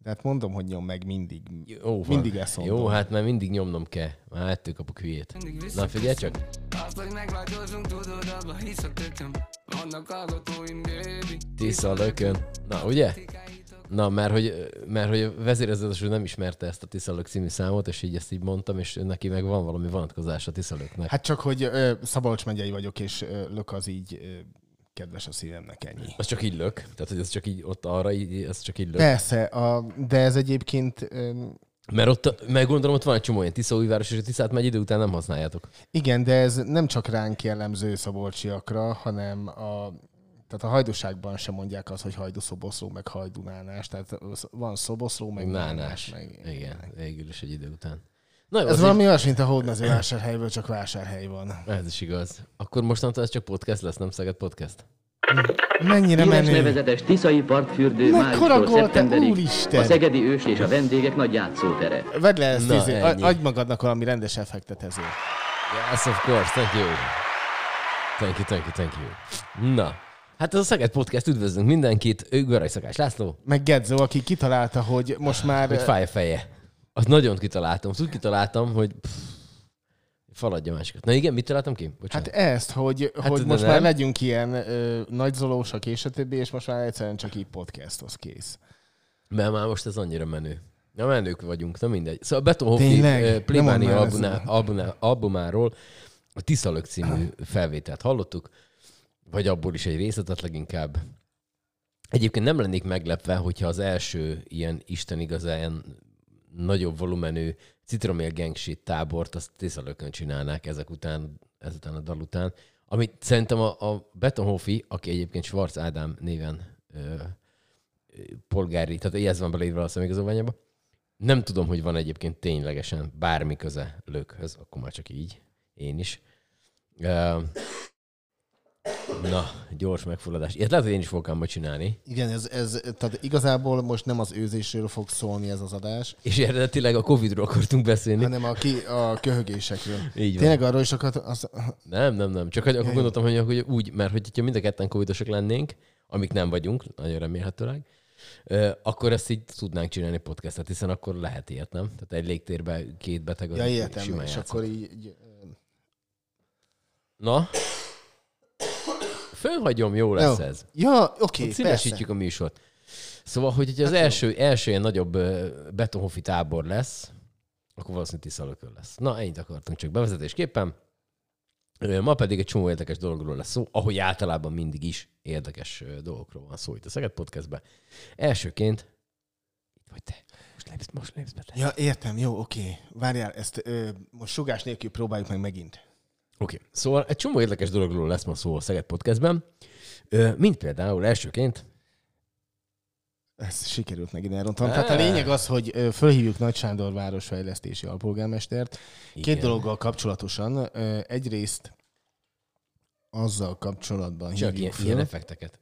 Tehát mondom, hogy nyom meg mindig. Jó, mindig ezt mondom. Jó, hát már mindig nyomnom kell. Már ettől kapok hülyét. Na, figyelj csak! Tisza lökön. Na, ugye? Na, mert hogy a vezérezredes nem ismerte ezt a Tiszalök című számot, és így ezt így mondtam, és neki meg van valami vonatkozás a Tiszalöknek. Hát csak, hogy Szabolcs megyei vagyok, és lök az így kedves a szívemnek, ennyi. Az csak így lök? Tehát, hogy ez csak így ott arra, ez csak így lök? Persze, de ez egyébként... Mert ott, meg gondolom, ott van egy csomó ilyen Tiszaújváros, és a Tiszát megy idő után nem használjátok. Igen, de ez nem csak ránk jellemző szabolcsiakra, hanem tehát a hajdúságban sem mondják azt, hogy hajdú-szoboszló, meg hajdú-nánás. Tehát van szoboszló, meg nánás. Igen, végül is egy idő után. Na jó, ez valami olyas, mint a Hódmezővásárhelyből, csak vásárhely van. Ez is igaz. Akkor mostantól ez csak podcast lesz, nem Szeged Podcast? Mennyire menő. nevezetes Tiszai partfürdő májustól szeptemberig úristen. a szegedi ős és a vendégek nagy játszótere. Vedd le ezt, adj magadnak valami rendes effektet ezért. Yes, of course, thank you. Na, hát ez a Szeged Podcast, üdvözlünk mindenkit, Garai Szakás László. Meg Gedzó, aki kitalálta, hogy most már... Hogy fáj a feje. Azt nagyon kitaláltam. Úgy kitaláltam, hogy faladja másikat. Na igen, mit találtam ki? Bocsánat. Hát ezt, hogy most már legyünk ilyen nagyzolósak és a többi, és most már egyszerűen csak így podcasthoz kész. Mert már most ez annyira menő. Na, menők vagyunk, na mindegy. Szóval Beton Hoffi plébáni albumáról a Tiszalök című felvételt hallottuk, vagy abból is egy részletet leginkább. Egyébként nem lennék meglepve, hogyha az első ilyen Isten igazán nagyobb volumenű Citromél Gangshit tábort, azt Tiszalökön csinálnák ezután a dal után. Amit szerintem a Beton Hoffi, aki egyébként Schwarz Ádám néven polgári, tehát ez van beleírva a személyigazolványába. Nem tudom, hogy van egyébként ténylegesen bármi köze Lökhöz, akkor már csak így, én is. Na, gyors megfulladás. Ilyet lehet, hogy én is fogok ám csinálni. Igen, tehát igazából most nem az őzésről fog szólni ez az adás. És eredetileg a Covid-ról akartunk beszélni. Hanem a köhögésekről. Így van. Tényleg arról is akart... Nem. Csak akkor gondoltam, hogy úgy, mert hogyha mind a ketten covidosok lennénk, amik nem vagyunk, nagyon remélhetőleg, akkor ezt így tudnánk csinálni podcastet, hiszen akkor lehet ilyet, nem? Tehát egy légtérbe két beteg az értem, simán és játszott. akkor így... Na? Fölhagyom, jó lesz ez. Ja, oké, színesítjük a műsort. Szóval, hogy az első ilyen nagyobb Beton Hoffi tábor lesz, akkor valószínűleg Tiszalökön lesz. Na, ennyit akartunk csak bevezetésképpen. Ma pedig egy csomó érdekes dologról lesz szó, ahogy általában mindig is érdekes dolgokról van szó itt a Szeged Podcastben. Elsőként, itt vagy te, most lépsz be. Ja, értem, jó, oké. Várjál, ezt most sugás nélkül próbáljuk meg megint. Oké. Szóval egy csomó érdekes dologról lesz ma szó a Szeged Podcastben, mint például elsőként. Ezt sikerült megint elrontanom. Tehát a lényeg az, hogy fölhívjuk Nagy Sándor városfejlesztési alpolgármestert. Két dologgal kapcsolatosan. Egyrészt azzal kapcsolatban csak hívjuk föl. Ilyen effekteket.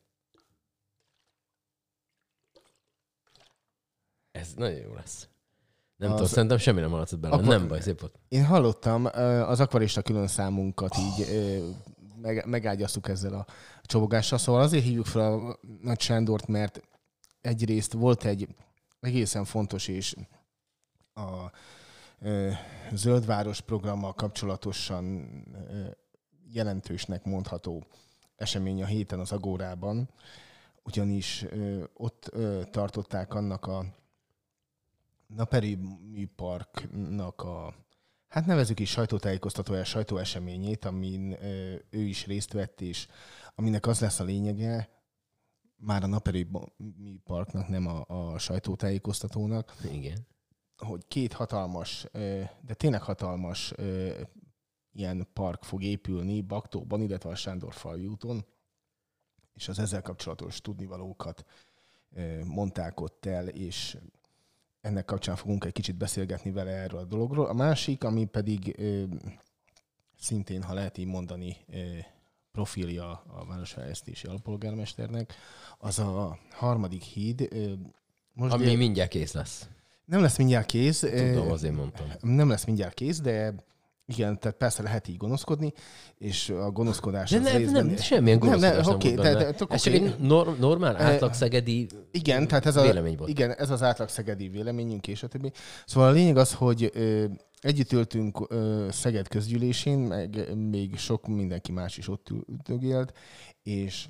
Ez nagyon jó lesz. Nem tudom, szerintem semmi nem hallatszott bele. Nem baj, szép volt. Én hallottam, az akvarista külön számunkat így megágyaztuk ezzel a csobogással. Szóval azért hívjuk fel a Nagy Sándort, mert egyrészt volt egy egészen fontos és a Zöldváros programmal kapcsolatosan jelentősnek mondható esemény a héten az Agórában, ugyanis ott tartották annak a Naperi Műparknak a, hát nevezzük is sajtótájékoztatója, sajtóeseményét, amin ő is részt vett, és aminek az lesz a lényege, már a Naperi Műparknak, nem a sajtótájékoztatónak, igen, hogy két hatalmas, de tényleg hatalmas ilyen park fog épülni Baktóban, illetve a Sándorfalvi úton, és az ezzel kapcsolatos tudnivalókat mondták ott el, és ennek kapcsán fogunk egy kicsit beszélgetni vele erről a dologról. A másik, ami pedig szintén, ha lehet így mondani, profilja a városfejlesztési alpolgármesternek, az a harmadik híd. Most ami mindjárt kész lesz. Nem lesz mindjárt kész. Tudom, azért mondtam. Nem lesz mindjárt kész, de Igen, tehát persze lehet így gonoszkodni, és a gonoszkodás de az részben... Nem, semmilyen gonoszkodás nem volt benne. Ez csak egy normál átlagszegedi vélemény volt. Igen, ez az átlagszegedi véleményünk, és a többi. Szóval a lényeg az, hogy együtt ültünk Szeged közgyűlésén, meg még sok mindenki más is ott üldögélt, és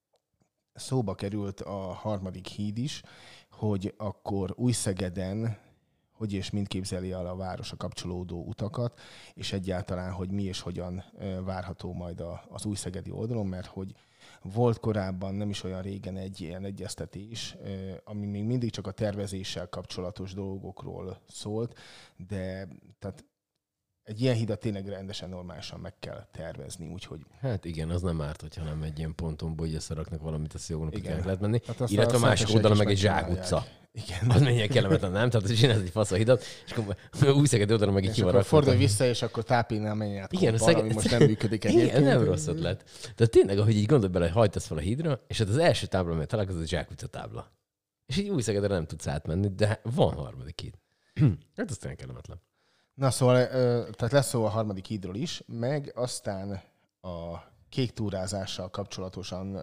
szóba került a harmadik híd is, hogy akkor Újszegeden hogy és mind képzeli el a város a kapcsolódó utakat, és egyáltalán, hogy mi és hogyan várható majd az újszegedi oldalon, mert hogy volt korábban, nem is olyan régen egy ilyen egyeztetés, ami még mindig csak a tervezéssel kapcsolatos dolgokról szólt, de tehát egy ilyen hidat tényleg rendesen, normálisan meg kell tervezni, úgyhogy... Hát igen, az nem árt, hogyha nem egy ilyen ponton, hogy összeraknak valamit, azt jó napig el lehet menni. Hát illetve a másik oldalon meg egy zsákutca. Igen. Az mennyire kellemetlen, nem? Tehát, hogy csinálsz egy fasz a hidat, és akkor Újszegedi oldalon meg így kivarak. Fordulj vissza, és akkor Tápinnál menj át. Igen, ami most nem működik egyébként. Igen, nem rossz ötlet. Tehát tényleg, ahogy így gondolj bele, hogy hajtasz fel a hídra, és hát az első tábla, amelyet találkozol, az a zsákutca tábla. És így Újszegedre nem tudsz átmenni, de van harmadik híd. Hát az tényleg kellemetlen. Na szóval, tehát lesz szó a harmadik hídról is, meg aztán a kék túrázással kapcsolatosan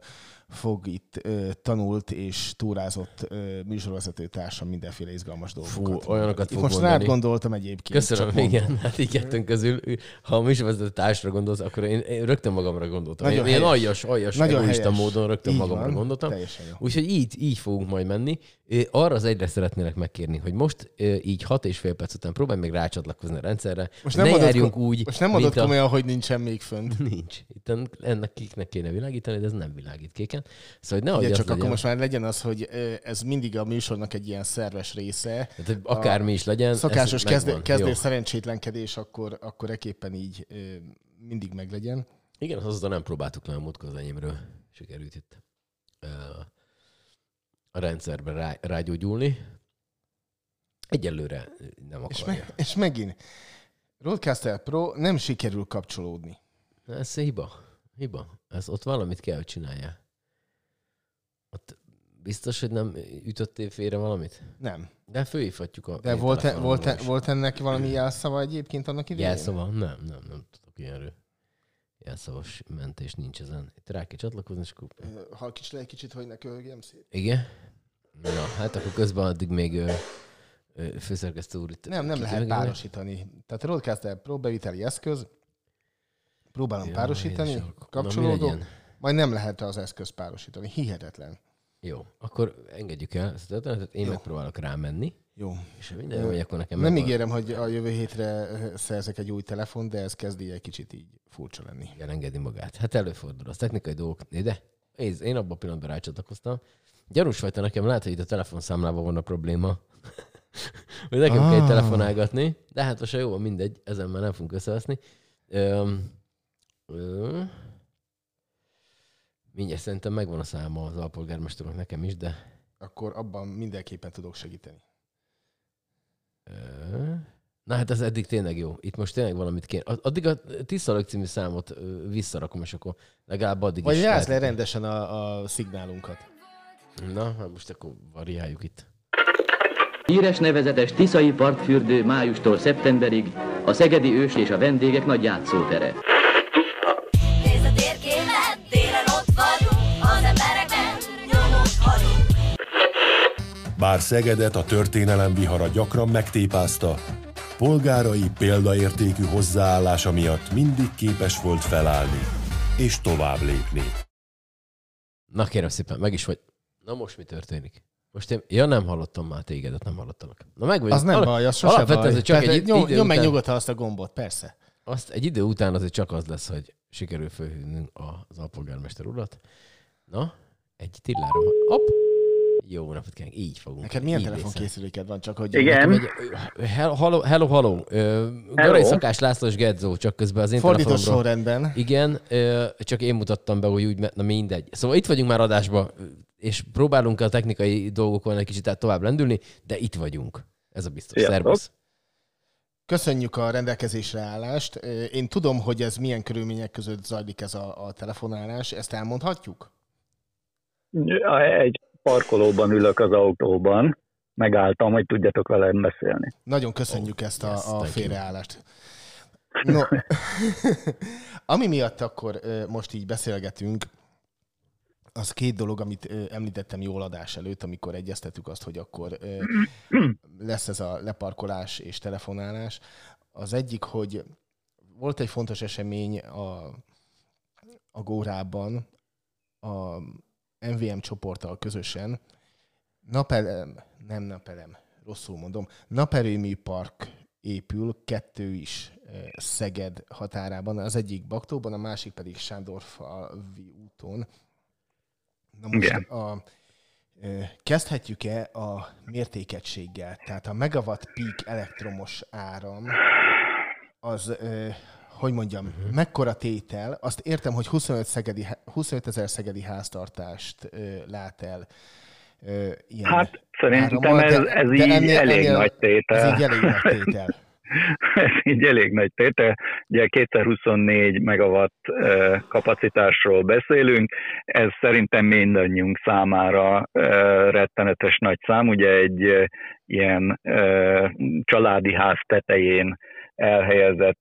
fog itt tanult és túrázott műsorvezető társam mindenféle izgalmas dolgokat. Fú, olyanokat fog most mondani. Most gondoltam egyébként. Köszönöm, igen. Hát így kettőnk közül, ha a műsorvezető társra gondolsz, akkor én rögtön magamra gondoltam. Nagyon én aljas egoista módon rögtön így magamra gondoltam. Úgyhogy így fogunk majd menni. Arra az egyre szeretnélek megkérni, hogy most így 6,5 perc után próbálj meg rácsatlakozni a rendszerre. Most nem járjunk úgy, most nem mondod komolyan, hogy nincsen még fönt. Nincs. Itt ennek kéknek kéne világítani, de ez nem világít kéken. Szóval nehogy csak akkor most már legyen az, hogy ez mindig a műsornak egy ilyen szerves része. Tehát, akármi is legyen. Szokásos kezdés szerencsétlenkedés, akkor eképpen így mindig meglegyen. Igen, azóta nem próbáltuk le a múltkor az enyémről. Sikerült itt a rendszerbe rágyógyulni. Egyelőre nem akarja. És megint, Rodecaster Pro nem sikerül kapcsolódni. Ez hiba. Ez ott valamit kell, hogy csináljál. Ott biztos, hogy nem ütöttél félre valamit? Nem. De fölhívhatjuk a... De volt ennek valami jelszava egyébként annak idején? Jelszava? Nem tudok ilyenről. Jelszavas mentés nincs ezen. Itt rá kell csatlakozni, és akkor... Halkíts le egy kicsit, hogy ne kölgjem szét. Igen? Na, hát akkor közben addig még főszerkesztő úr itt... Nem lehet párosítani. Tehát a Rodecaster Pro beviteli eszköz, próbálom párosítani, kapcsolódó, majd nem lehet az eszköz párosítani. Hihetetlen. Jó, akkor engedjük el ezt a történetet, én megpróbálok rámenni. Jó. És minden jó, hogy akkor nekem nem ígérem, hogy a jövő hétre szerzek egy új telefon, de ez kezd egy kicsit így furcsa lenni. Igen, engedi magát. Hát előfordul, az technikai dolgok. De én abban a pillanatban rácsatlakoztam. Gyanús vagy, nekem lehet, hogy itt a telefonszámlában van a probléma. Hogy nekem kell telefonálgatni, de hát most jó, mindegy, ezen már nem fogunk összeveszni. Mindjárt szerintem megvan a száma az alpolgármesternek nekem is, de... Akkor abban mindenképpen tudok segíteni. Na hát ez eddig tényleg jó. Itt most tényleg valamit kéne. Addig a Tiszalök című számot visszarakom, és akkor legalább addig vagy is... Vagy jelzd le rendesen a szignálunkat. Na, hát most akkor variáljuk itt. Híres nevezetes tiszai partfürdő májustól szeptemberig a szegedi ős és a vendégek nagy játszótere. Nézd a térképet, télen ott vagyunk, az emberekben nyomot hagyunk. Bár Szegedet a történelem vihara gyakran megtépázta, polgárai példaértékű hozzáállása miatt mindig képes volt felállni és tovább lépni. Na kérem szépen, meg is vagy. Na most mi történik? Most én nem hallottam már tégedet, nem hallottalak. Na meg az nem baj, az sose baj. Csak egy nyom meg nyugodtan azt a gombot, persze. Azt egy idő után azért csak az lesz, hogy sikerül fölhívnünk az alpolgármester urat. Na, egy tillárom. Hopp! Jó napot kérlek, így fogunk. Neked milyen telefonkészüléked van? Csak hogy... Igen. Hello. Garai Szakás László és Gedzó, csak közben az én fordított sorrendben. Igen, csak én mutattam be, hogy úgy, na mindegy. Szóval itt vagyunk már adásban, és próbálunk a technikai dolgokon egy kicsit tovább lendülni, de itt vagyunk. Ez a biztos. Szervusz. Köszönjük a rendelkezésre állást. Én tudom, hogy ez milyen körülmények között zajlik ez a telefonálás. Ezt elmondhatjuk? Egy parkolóban ülök az autóban. Megálltam, hogy tudjatok velem beszélni. Nagyon köszönjük ezt a félreállást. No, ami miatt akkor most így beszélgetünk, az két dolog, amit említettem jól adás előtt, amikor egyeztettük azt, hogy akkor lesz ez a leparkolás és telefonálás. Az egyik, hogy volt egy fontos esemény a Górában, a MVM csoporttal közösen, rosszul mondom, naperőmű park épül, 2 is Szeged határában, az egyik Baktóban, a másik pedig Sándorfalvi úton. Na most kezdhetjük-e a mértékegységgel? Tehát a megawatt peak elektromos áram az, hogy mondjam, mekkora tétel? Azt értem, hogy 25 000 szegedi háztartást lát el ilyen Hát szerintem árammal, ez így elég nagy tétel. Ez így elég nagy tétel. Ez így elég nagy tétel. Ugye 2024 megawatt kapacitásról beszélünk, ez szerintem mindannyiunk számára rettenetes nagy szám. Ugye egy ilyen családi ház tetején elhelyezett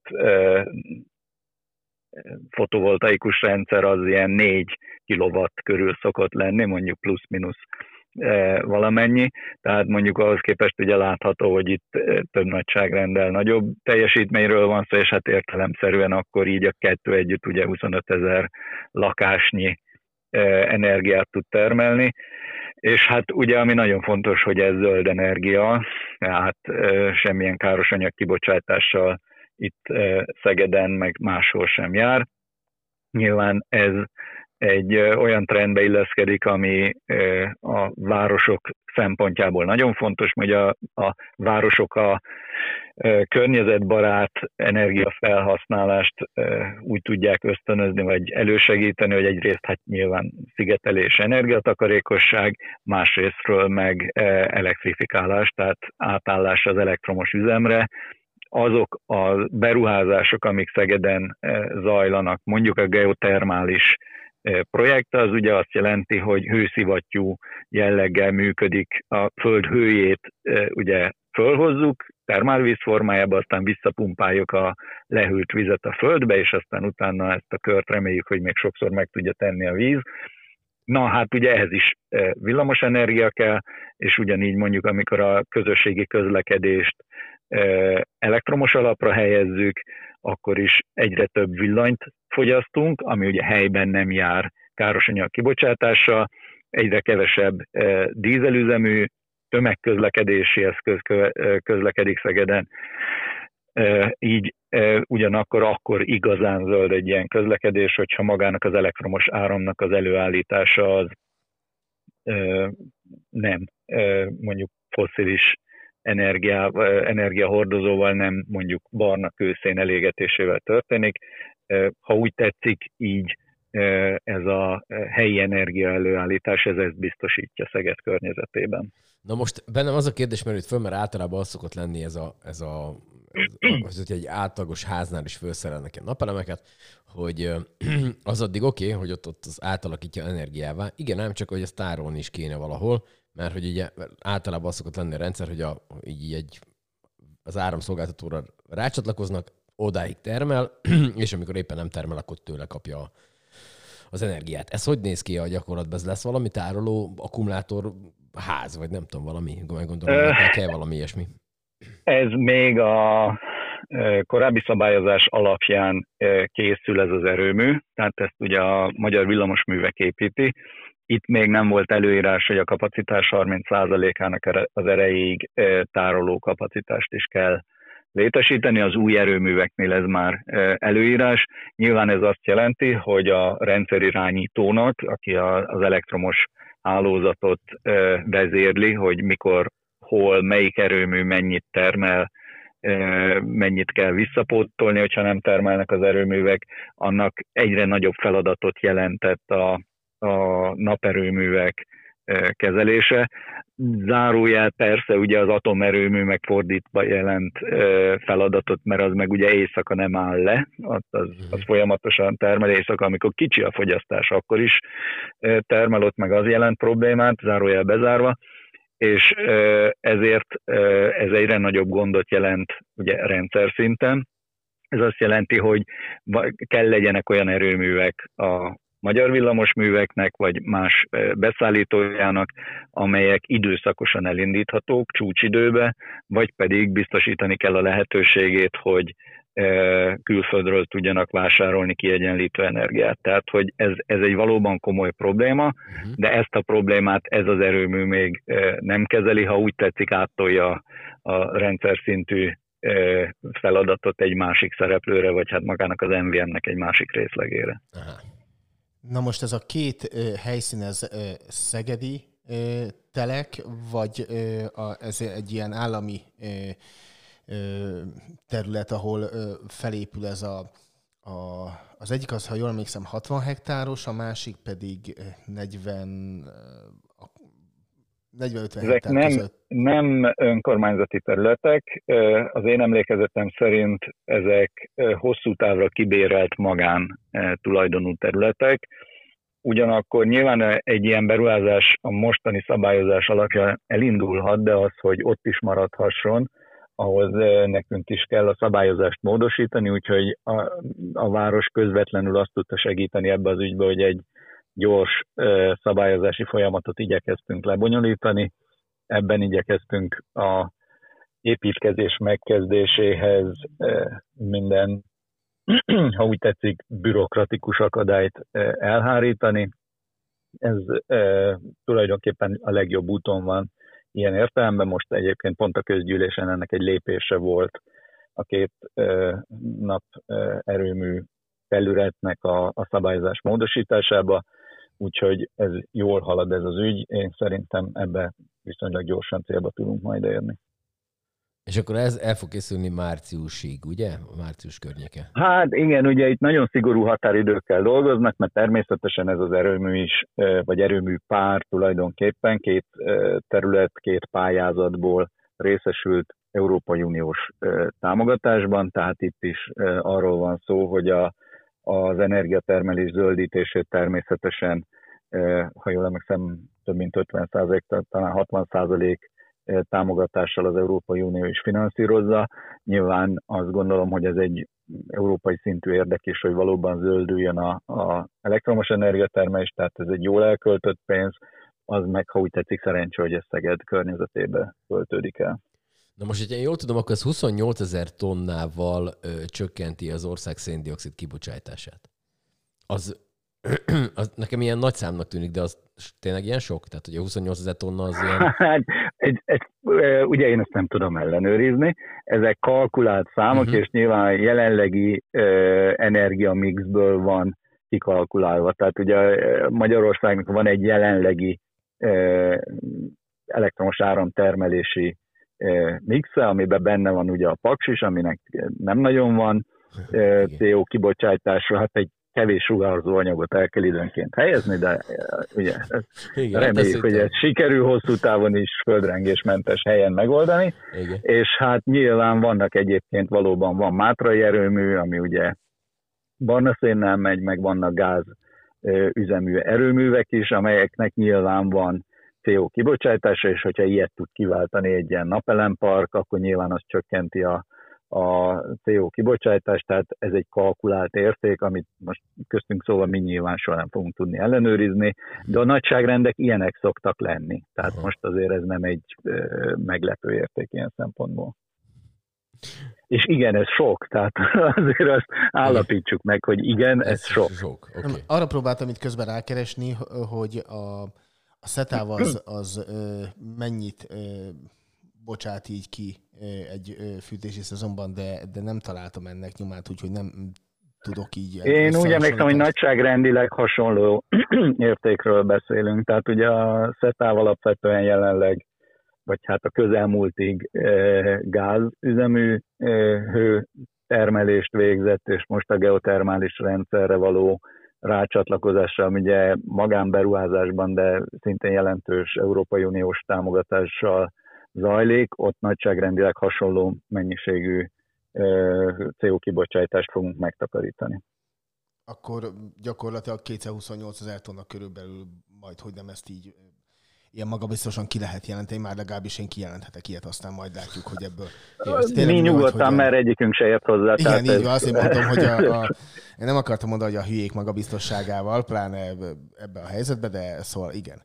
fotovoltaikus rendszer az ilyen 4 kilowatt körül szokott lenni, mondjuk plusz-minusz valamennyi, tehát mondjuk ahhoz képest ugye látható, hogy itt több nagyságrendel nagyobb teljesítményről van szó, és hát értelemszerűen akkor így a kettő együtt ugye 25 000 lakásnyi energiát tud termelni, és hát ugye ami nagyon fontos, hogy ez zöld energia, tehát semmilyen károsanyag kibocsátással itt Szegeden meg máshol sem jár. Nyilván ez egy olyan trendbe illeszkedik, ami a városok szempontjából nagyon fontos, hogy a városok a környezetbarát energiafelhasználást úgy tudják ösztönözni, vagy elősegíteni, hogy egyrészt hát nyilván szigetelés, energiatakarékosság, másrésztről meg elektrifikálás, tehát átállás az elektromos üzemre. Azok a beruházások, amik Szegeden zajlanak, mondjuk a geotermális projekt, az ugye azt jelenti, hogy hőszivattyú jelleggel működik, a föld hőjét ugye fölhozzuk, termálvíz formájába, aztán visszapumpáljuk a lehűlt vizet a földbe, és aztán utána ezt a kört reméljük, hogy még sokszor meg tudja tenni a víz. Na hát ugye ehhez is villamos energia kell, és ugyanígy mondjuk amikor a közösségi közlekedést elektromos alapra helyezzük, akkor is egyre több villanyt fogyasztunk, ami ugye helyben nem jár károsanyag kibocsátással, egyre kevesebb dízelüzemű tömegközlekedési eszköz közlekedik Szegeden, így ugyanakkor akkor igazán zöld egy ilyen közlekedés, hogyha magának az elektromos áramnak az előállítása az nem mondjuk fosszilis energiahordozóval, nem mondjuk barna kőszén elégetésével történik. Ha úgy tetszik, így ez a helyi energia előállítás, ez ezt biztosítja Szeged környezetében. Na most bennem az a kérdés merült föl, mert általában az szokott lenni hogy egy átlagos háznál is felszerelnek ilyen napelemeket, hogy az addig oké, hogy ott az átalakítja energiává. Igen, nem csak, hogy ezt tárolni is kéne valahol, mert hogy ugye általában az szokott lenni a rendszer, hogy az áramszolgáltatóra rácsatlakoznak, odáig termel, és amikor éppen nem termel, akkor tőle kapja az energiát. Ez hogy néz ki a gyakorlatban? Ez lesz valami tároló, akkumulátor ház, vagy nem tudom, valami? Gondolom, hogy kell valami ilyesmi. Ez még a korábbi szabályozás alapján készül ez az erőmű, tehát ezt ugye a Magyar Villamosművek építi. Itt még nem volt előírás, hogy a kapacitás 30%-ának az erejéig tároló kapacitást is kell létesíteni. Az új erőműveknél ez már előírás. Nyilván ez azt jelenti, hogy a rendszerirányítónak, aki az elektromos hálózatot vezérli, hogy mikor, hol, melyik erőmű mennyit termel, mennyit kell visszapótolni, hogyha nem termelnek az erőművek, annak egyre nagyobb feladatot jelentett a naperőművek kezelése. Zárójel persze ugye az atomerőmű megfordítva jelent feladatot, mert az meg ugye éjszaka nem áll le, az folyamatosan termel éjszaka, amikor kicsi a fogyasztás, akkor is termel, ott meg az jelent problémát, zárójel bezárva, és ezért ez egyre nagyobb gondot jelent ugye rendszer szinten, Ez azt jelenti, hogy kell legyenek olyan erőművek a magyar villamosműveknek, vagy más beszállítójának, amelyek időszakosan elindíthatók csúcsidőbe, vagy pedig biztosítani kell a lehetőségét, hogy külföldről tudjanak vásárolni kiegyenlítő energiát. Tehát, hogy ez egy valóban komoly probléma, de ezt a problémát ez az erőmű még nem kezeli, ha úgy tetszik, áttolja a rendszer szintű feladatot egy másik szereplőre, vagy hát magának az MVM-nek egy másik részlegére. Aha. Na most ez a két helyszín, ez szegedi telek, vagy ez egy ilyen állami terület, ahol felépül ez az egyik az, ha jól emlékszem, 60 hektáros, a másik pedig 40-50 hektár között. Nem önkormányzati területek. Az én emlékezetem szerint ezek hosszú távra kibérelt magán tulajdonú területek. Ugyanakkor nyilván egy ilyen beruházás a mostani szabályozás alapján elindulhat, de az, hogy ott is maradhasson, ahhoz nekünk is kell a szabályozást módosítani, úgyhogy a város közvetlenül azt tudta segíteni ebbe az ügybe, hogy egy gyors szabályozási folyamatot igyekeztünk lebonyolítani. Ebben igyekeztünk a építkezés megkezdéséhez minden, ha úgy tetszik, bürokratikus akadályt elhárítani. Ez tulajdonképpen a legjobb úton van ilyen értelemben. Most egyébként pont a közgyűlésen ennek egy lépése volt a két nap erőmű felületnek a szabályozás módosításába, úgyhogy ez jól halad ez az ügy. Én szerintem ebbe viszonylag gyorsan célba tudunk majd érni. És akkor ez el fog készülni márciusig, ugye? Március környéke. Hát igen, ugye itt nagyon szigorú határidőkkel dolgoznak, mert természetesen ez az erőmű is, vagy erőmű pár tulajdonképpen két terület, két pályázatból részesült Európai Uniós támogatásban, tehát itt is arról van szó, hogy az energiatermelés zöldítését természetesen, ha jól emlékszem, több mint 50%, talán 60% támogatással az Európai Unió is finanszírozza. Nyilván azt gondolom, hogy ez egy európai szintű érdek is, hogy valóban zöldüljön a elektromos energiatermelés, tehát ez egy jól elköltött pénz, az meg, ha úgy tetszik, szerencsé, hogy ez Szeged környezetébe költődik el. Na most, hogyha én jól tudom, akkor ez 28 000 tonnával csökkenti az ország széndioxid kibocsátását. Az nekem ilyen nagy számnak tűnik, de az tényleg ilyen sok? Tehát ugye 28 000 tonna az ilyen... Hát, ugye én ezt nem tudom ellenőrizni. Ezek kalkulált számok, és nyilván jelenlegi energiamixből van kikalkulálva. Tehát ugye Magyarországnak van egy jelenlegi elektromos áramtermelési mixe, amiben benne van ugye a paks is, aminek nem nagyon van CO kibocsátásra, hát egy kevés sugárzó anyagot el kell időnként helyezni, de ugye reméljük, hogy ez sikerül hosszú távon is földrengésmentes helyen megoldani, és hát nyilván vannak egyébként, valóban van mátrai erőmű, ami ugye barna szénnel megy, meg vannak gáz üzemű erőművek is, amelyeknek nyilván van CO kibocsátása, és hogyha ilyet tud kiváltani egy ilyen napelempark, akkor nyilván az csökkenti a CO kibocsátást, tehát ez egy kalkulált érték, amit most köztünk szóval mi nyilván soha nem fogunk tudni ellenőrizni, de a nagyságrendek ilyenek szoktak lenni. Tehát most azért ez nem egy meglepő érték ilyen szempontból. És igen, ez sok, tehát azért azt állapítsuk meg, hogy igen, ez sok. Okay. Arra próbáltam itt közben rákeresni, hogy a SETAV az mennyit bocsát így ki egy fűtési szezonban, de nem találtam ennek nyomát, úgyhogy nem tudok így... Én úgy emlékszem, hogy nagyságrendileg hasonló értékről beszélünk. Tehát ugye a SETAV alapvetően jelenleg, vagy hát a közelmúltig gázüzemű hőtermelést végzett, és most a geotermális rendszerre való rácsatlakozással, ugye magánberuházásban, de szintén jelentős Európai Uniós támogatással zajlik, ott nagyságrendileg hasonló mennyiségű CO kibocsátást fogunk megtakarítani. Akkor gyakorlatilag 228 000 tonna körülbelül majd, hogy nem ezt így ilyen magabiztosan ki lehet jelenteni, már legalábbis én kijelenthetek ilyet, aztán majd látjuk, hogy ebből... Mi nyugodtan, mert egyikünk se ért hozzá. Igen, így van, azért mondom, hogy én nem akartam mondani, hogy a hülyék magabiztosságával, pláne ebben a helyzetben, de szóval igen.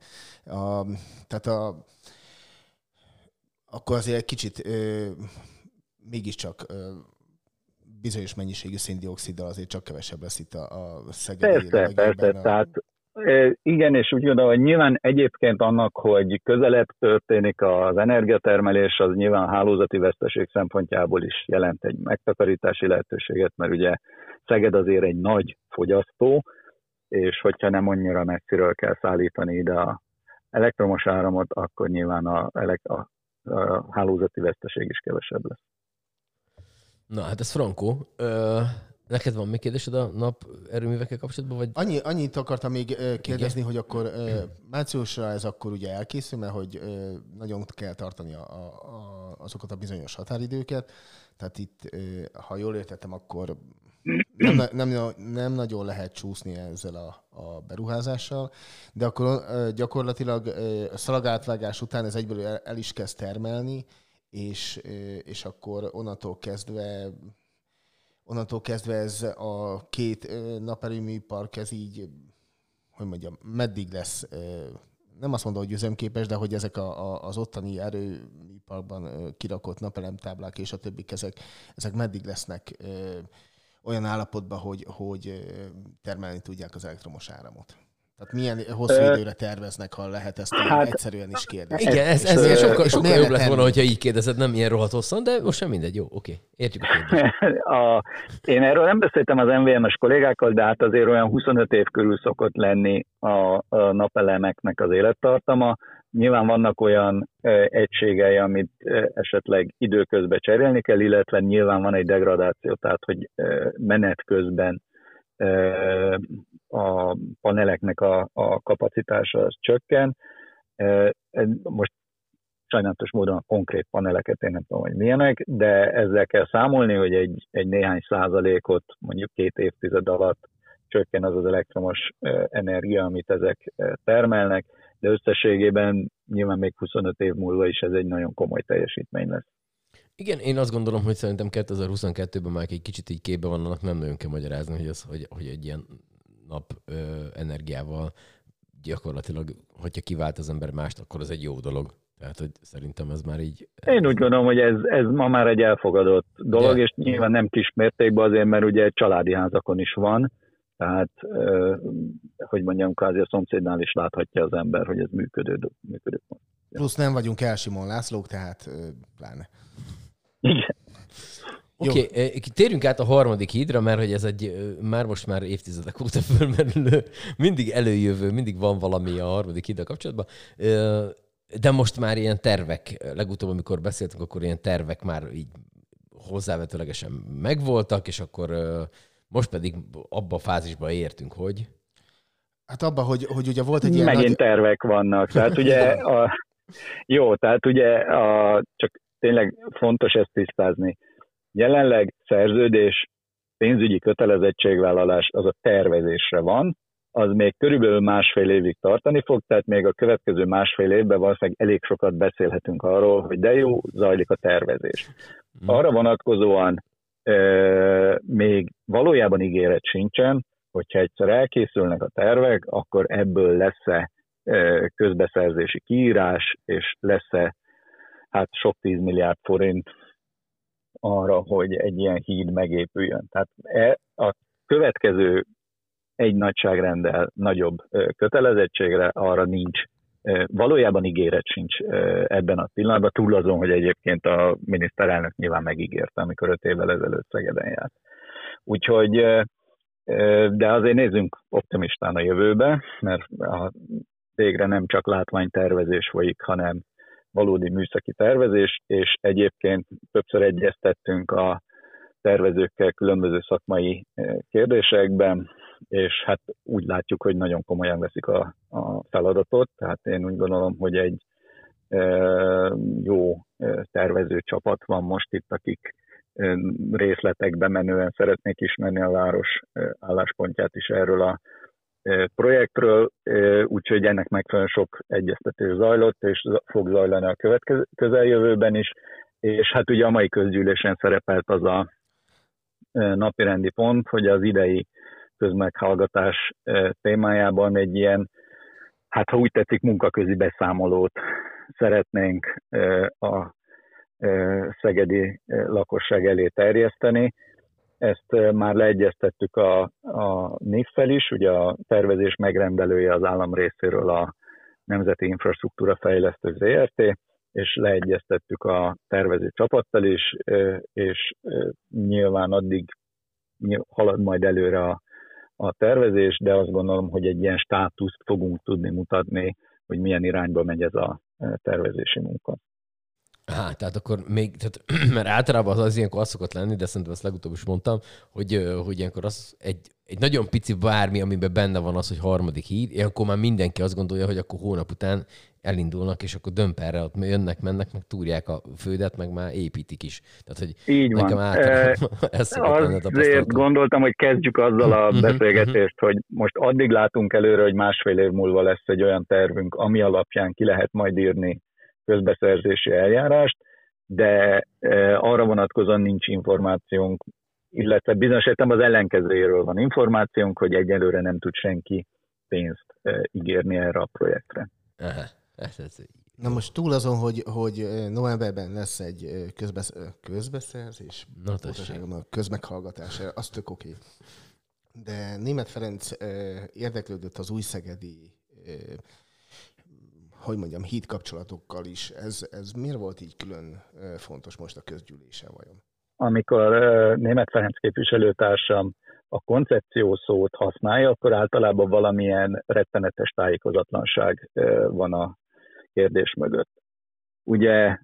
Akkor azért egy kicsit mégiscsak bizonyos mennyiségű széndioxiddal azért csak kevesebb lesz itt a szegedi levegőben. Persze, tehát igen, és úgy gondolom, hogy nyilván egyébként annak, hogy közelebb történik az energiatermelés, az nyilván a hálózati veszteség szempontjából is jelent egy megtakarítási lehetőséget, mert ugye Szeged azért egy nagy fogyasztó, és hogyha nem annyira messziről kell szállítani ide az elektromos áramot, akkor nyilván a hálózati veszteség is kevesebb lesz. Na, hát ez frankó. Neked van még kérdésed a naperőművekkel kapcsolatban? Vagy? Annyit akartam még kérdezni, hogy akkor márciusra ez akkor ugye elkészül, mert hogy nagyon kell tartani azokat a bizonyos határidőket. Tehát itt, ha jól értettem, akkor nem nagyon lehet csúszni ezzel a beruházással, de akkor gyakorlatilag a szalagátvágás után ez egyből el is kezd termelni, és akkor onnantól kezdve ez a két naperőmű park, ez így, hogy mondjam, meddig lesz, nem azt mondom, hogy üzemképes, de hogy ezek az ottani erőműparkban kirakott napelemtáblák és a többik, ezek meddig lesznek olyan állapotban, hogy termelni tudják az elektromos áramot. Tehát milyen hosszú időre terveznek, ha lehet ezt egyszerűen is kérdezni. Igen, ez sokkal jobb lett volna, hogyha így kérdezed, nem ilyen rohadt hosszan, de most sem mindegy. Jó, oké. Értjük a kérdést. Én erről nem beszéltem az MVM-es kollégákkal, de hát azért olyan 25 év körül szokott lenni a napelemeknek az élettartama. Nyilván vannak olyan egységei, amit esetleg időközben cserélni kell, illetve nyilván van egy degradáció, tehát hogy menet közben a paneleknek a kapacitása az csökken. Most sajnálatos módon a konkrét paneleket én nem tudom, hogy milyenek, de ezzel kell számolni, hogy egy néhány százalékot mondjuk 2 évtized alatt csökken az elektromos energia, amit ezek termelnek, de összességében nyilván még 25 év múlva is ez egy nagyon komoly teljesítmény lesz. Igen, én azt gondolom, hogy szerintem 2022-ben már egy kicsit így képbe van, annak nem nagyon kell magyarázni, hogy egy ilyen nap energiával gyakorlatilag, hogyha kivált az ember mást, akkor az egy jó dolog. Tehát, hogy szerintem ez már így... Én úgy gondolom, hogy ez ma már egy elfogadott dolog, de, és nyilván nem kis mértékben azért, mert ugye családi házakon is van, tehát, hogy mondjam, kvázi a szomszédnál is láthatja az ember, hogy ez működő. Plusz nem vagyunk Elsimon Lászlók, tehát pláne. Igen. Oké, térjünk át a harmadik hídra, mert hogy ez már évtizedek óta fölmerülő, mindig előjövő, mindig van valami a harmadik híddal kapcsolatban. De most már ilyen tervek, legutóbb, amikor beszéltünk, akkor ilyen tervek már így hozzávetőlegesen megvoltak, és akkor most pedig abba a fázisba értünk, hogy... Hát abba, hogy ugye volt egy ilyen... Megint tervek vannak, tehát ugye csak tényleg fontos ezt tisztázni. Jelenleg szerződés, pénzügyi kötelezettségvállalás az a tervezésre van, az még körülbelül 1,5 évig tartani fog, tehát még a következő 1,5 évben valószínűleg elég sokat beszélhetünk arról, hogy de jó, zajlik a tervezés. Arra vonatkozóan még valójában ígéret sincsen, hogyha egyszer elkészülnek a tervek, akkor ebből lesz-e közbeszerzési kiírás, és lesz-e hát sok 10 milliárd forint arra, hogy egy ilyen híd megépüljön. Tehát a következő egy nagyságrenddel nagyobb kötelezettségre arra nincs. Valójában ígéret sincs ebben a pillanatban, túl azon, hogy egyébként a miniszterelnök nyilván megígérte, amikor 5 évvel ezelőtt Szegeden járt. Úgyhogy, de azért nézzünk optimistán a jövőbe, mert végre nem csak látványtervezés folyik, hanem valódi műszaki tervezés, és egyébként többször egyeztettünk a tervezőkkel különböző szakmai kérdésekben, és hát úgy látjuk, hogy nagyon komolyan veszik a feladatot, tehát én úgy gondolom, hogy egy jó tervező csapat van most itt, akik részletekbe menően szeretnék ismerni a város álláspontját is erről a projektről, úgyhogy ennek megfelelően sok egyeztetés zajlott, és fog zajlani a közeljövőben is, és hát ugye a mai közgyűlésen szerepelt az a napirendi pont, hogy az idei közmeghallgatás témájában egy ilyen, hát ha úgy tetszik, munkaközi beszámolót szeretnénk a szegedi lakosság elé terjeszteni. Ezt már leegyeztettük a NIF-fel is, ugye a tervezés megrendelője az állam részéről a Nemzeti Infrastruktúra Fejlesztő ZRT, és leegyeztettük a tervező csapattal is, és nyilván addig halad majd előre a tervezés, de azt gondolom, hogy egy ilyen státuszt fogunk tudni mutatni, hogy milyen irányba megy ez a tervezési munka. Tehát akkor még, mert általában az ilyenkor az szokott lenni, de szerintem ezt legutóbb is mondtam, hogy ilyenkor az egy nagyon pici bármi, amiben benne van az, hogy harmadik híd, ilyenkor már mindenki azt gondolja, hogy akkor hónap után elindulnak, és akkor dömperre ott jönnek, mennek, meg túrják a földet, meg már építik is. Tehát, hogy így van. Nekem általában ez szokott lenni a tapasztalatom. Azért gondoltam, hogy kezdjük azzal a beszélgetést, hogy most addig látunk előre, hogy 1,5 év múlva lesz egy olyan tervünk, ami alapján ki lehet majd írni közbeszerzési eljárást, de arra vonatkozóan nincs információnk, illetve bizonyos értelemben az ellenkezőjéről van információnk, hogy egyelőre nem tud senki pénzt ígérni erre a projektre. Aha. Na most túl azon, hogy novemberben lesz egy közbeszerzés, közmeghallgatás, az tök oké. De Németh Ferenc érdeklődött az újszegedi híd kapcsolatokkal is. Ez miért volt így külön fontos most a közgyűlésen vajon? Amikor Németh Ferenc képviselőtársam a koncepció szót használja, akkor általában valamilyen rettenetes tájékozatlanság van a kérdés mögött. Ugye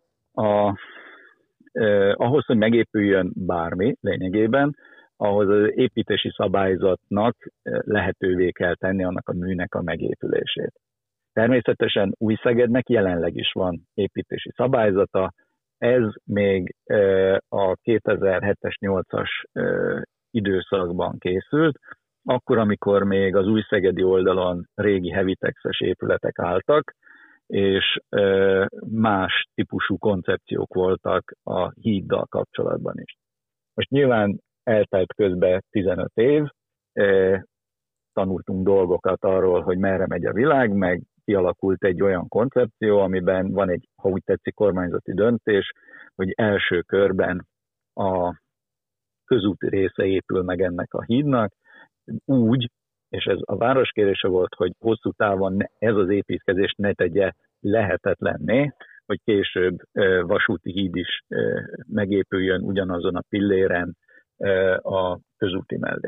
ahhoz, hogy megépüljön bármi lényegében, ahhoz az építési szabályzatnak lehetővé kell tenni annak a műnek a megépülését. Természetesen Újszegednek jelenleg is van építési szabályzata, ez még a 2007-es, 8-as időszakban készült, akkor, amikor még az újszegedi oldalon régi Hevitexes épületek álltak, és más típusú koncepciók voltak a híddal kapcsolatban is. Most nyilván eltelt közben 15 év, tanultunk dolgokat arról, hogy merre megy a világ, meg kialakult egy olyan koncepció, amiben van egy, ha úgy tetszik, kormányzati döntés, hogy első körben a közúti része épül meg ennek a hídnak, úgy, és ez a város kérése volt, hogy hosszú távon ez az építkezést ne tegye lehetetlenné, hogy később vasúti híd is megépüljön ugyanazon a pilléren a közúti mellé.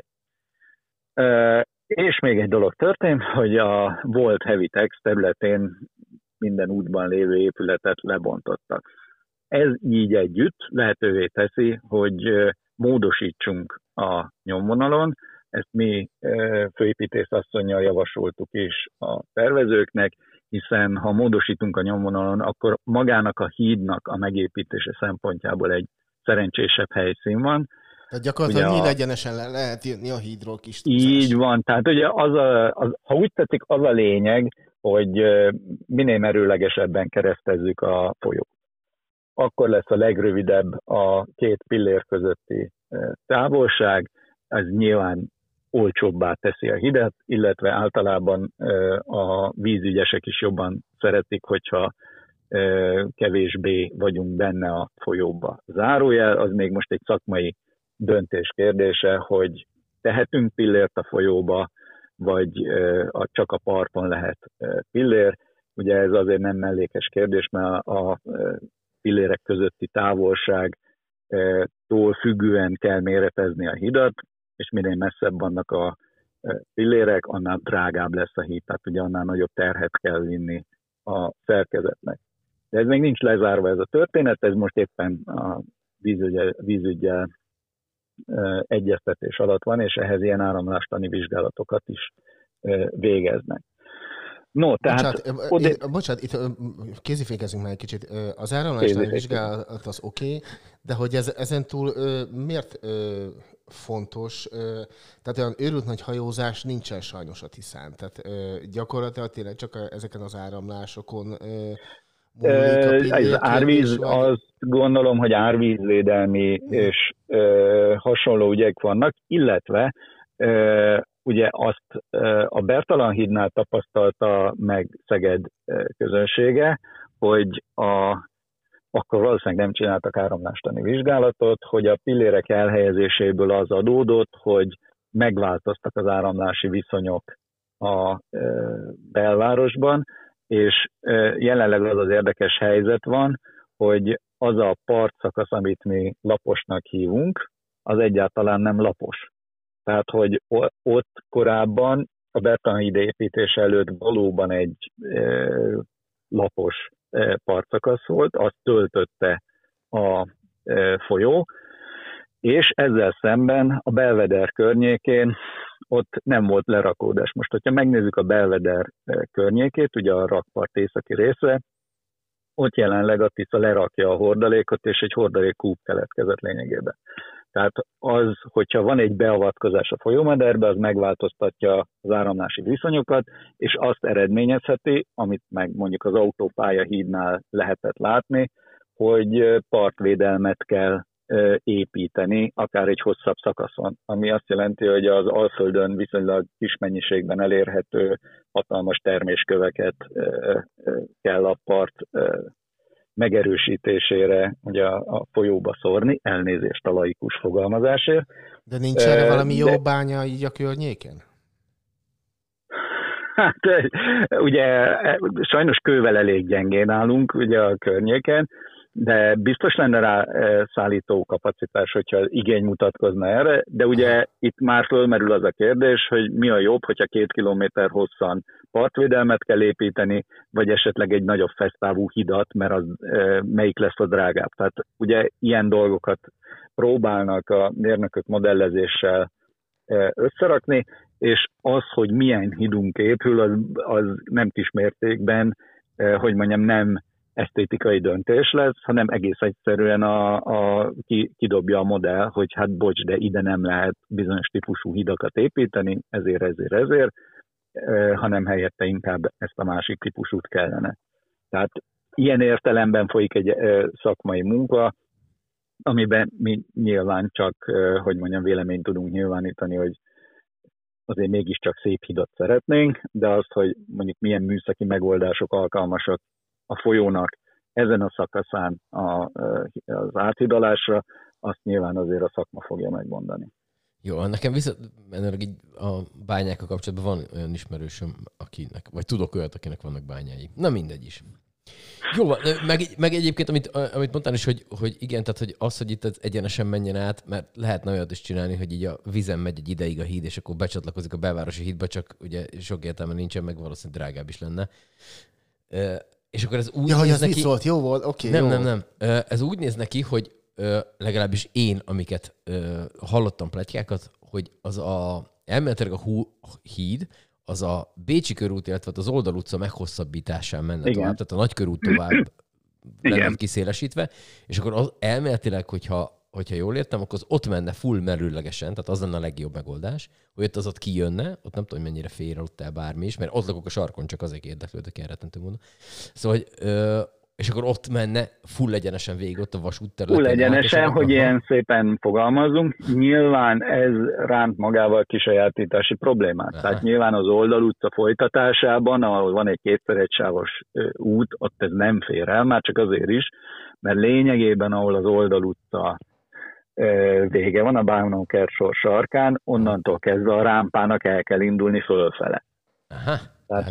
És még egy dolog történt, hogy a volt Hevitex területén minden útban lévő épületet lebontottak. Ez így együtt lehetővé teszi, hogy módosítsunk a nyomvonalon. Ezt mi főépítészasszonnyal javasoltuk is a tervezőknek, hiszen ha módosítunk a nyomvonalon, akkor magának a hídnak a megépítése szempontjából egy szerencsésebb helyszín van. Tehát gyakorlatilag nyílegyenesen lehet írni a hídról kis túlzás. Így van, tehát ugye ha úgy tetszik, az a lényeg, hogy minél merőlegesebben keresztezzük a folyót. Akkor lesz a legrövidebb a két pillér közötti távolság, ez nyilván olcsóbbá teszi a hidat, illetve általában a vízügyesek is jobban szeretik, hogyha kevésbé vagyunk benne a folyóba. Zárójel, az még most egy szakmai döntés kérdése, hogy tehetünk pillért a folyóba, vagy csak a parton lehet pillér. Ugye ez azért nem mellékes kérdés, mert a pillérek közötti távolságtól függően kell méretezni a hidat, és minél messzebb vannak a pillérek, annál drágább lesz a híd, tehát ugye annál nagyobb terhet kell vinni a szerkezetnek. De ez még nincs lezárva ez a történet, ez most éppen a vízüggyel egyeztetés alatt van, és ehhez ilyen áramlástani vizsgálatokat is végeznek. No, tehát... Bocsánat, itt kézifékezünk már egy kicsit. Az áramlásnál vizsgálat az oké, de hogy ezentúl miért fontos? Tehát olyan őrült nagy hajózás nincsen sajnos a Tiszán. Tehát gyakorlatilag tényleg csak ezeken az áramlásokon az árvíz, azt gondolom, hogy árvízvédelmi és hasonló ügyek vannak, illetve ugye azt a Bertalan-hídnál tapasztalta meg Szeged közönsége, hogy akkor valószínűleg nem csináltak áramlástani vizsgálatot, hogy a pillérek elhelyezéséből az adódott, hogy megváltoztak az áramlási viszonyok a belvárosban, és jelenleg az érdekes helyzet van, hogy az a partszakasz, amit mi laposnak hívunk, az egyáltalán nem lapos. Tehát, hogy ott korábban a Bertalan-híd építése előtt valóban egy lapos partszakasz volt, azt töltötte a folyó, és ezzel szemben a Belveder környékén ott nem volt lerakódás. Most, hogyha megnézzük a Belveder környékét, ugye a rakpart északi része, ott jelenleg a Tisza lerakja a hordalékot, és egy hordalékkúp keletkezett lényegében. Tehát az, hogyha van egy beavatkozás a folyómederbe, az megváltoztatja az áramlási viszonyokat, és azt eredményezheti, amit meg mondjuk az autópálya hídnál lehetett látni, hogy partvédelmet kell építeni, akár egy hosszabb szakaszon, ami azt jelenti, hogy az Alföldön viszonylag kis mennyiségben elérhető hatalmas termésköveket kell a part megerősítésére ugye a folyóba szórni, elnézést a laikus fogalmazásért. De nincs erre valami jó bánya így a környéken? Hát ugye sajnos kővel elég gyengén állunk ugye a környéken, de biztos lenne rá szállító kapacitás, hogyha igény mutatkozna erre, de ugye itt már fölmerül az a kérdés, hogy mi a jobb, hogyha 2 kilométer hosszan partvédelmet kell építeni, vagy esetleg egy nagyobb fesztávú hidat, mert az melyik lesz a drágább. Tehát ugye ilyen dolgokat próbálnak a mérnökök modellezéssel összerakni, és az, hogy milyen hidunk épül, az nem kis mértékben, hogy mondjam, nem esztétikai döntés lesz, hanem egész egyszerűen kidobja a modell, hogy hát bocs, de ide nem lehet bizonyos típusú hidakat építeni, ezért, hanem helyette inkább ezt a másik típusút kellene. Tehát ilyen értelemben folyik egy szakmai munka, amiben mi nyilván csak, hogy mondjam, véleményt tudunk nyilvánítani, hogy azért mégiscsak szép hidat szeretnénk, de azt, hogy mondjuk milyen műszaki megoldások alkalmasak a folyónak ezen a szakaszán az áthidalásra, azt nyilván azért a szakma fogja megmondani. Jó, nekem a bányákkal kapcsolatban van olyan ismerősöm, akinek, vagy tudok olyat, akinek vannak bányái. Na mindegy is. Jó, meg egyébként, amit mondtál is, hogy igen, tehát hogy az, hogy itt ez egyenesen menjen át, mert lehetne olyat is csinálni, hogy így a vízen megy egy ideig a híd, és akkor becsatlakozik a belvárosi hídba, csak ugye sok értelme nincsen, meg valószínűleg drágább is lenne. És akkor ez úgy néz neki... Szólt, jó volt, oké. Nem. Ez úgy néz neki, hogy legalábbis én, amiket hallottam pletykákat, hogy az elméletileg a híd, az a Bécsi körút, illetve az Oldal utca meghosszabbításán menne tovább, tehát a Nagykörút tovább lenne kiszélesítve, és akkor az elméletileg, hogyha jól értem, akkor az ott menne full merőlegesen, tehát az lenne a legjobb megoldás, hogy ott az ott kijönne, ott nem tudom, mennyire félre ott el bármi is, mert ott lakok a sarkon, csak azért érdeklődök ilyen rettentő módon. Szóval, és akkor ott menne full egyenesen végig, ott a vasút területen. Full egyenesen, hogy ilyen szépen fogalmazunk. Nyilván ez ránt magával kisajátítási problémát. Aha. Tehát nyilván az Oldal utca folytatásában, ahol van egy 2x1 sávos út, ott ez nem fér el, már csak azért is, mert lényegében, ahol az Oldal utca vége van, a Bánó-Kersor sarkán, onnantól kezdve a rámpának el kell indulni fölfele. Aha. Tehát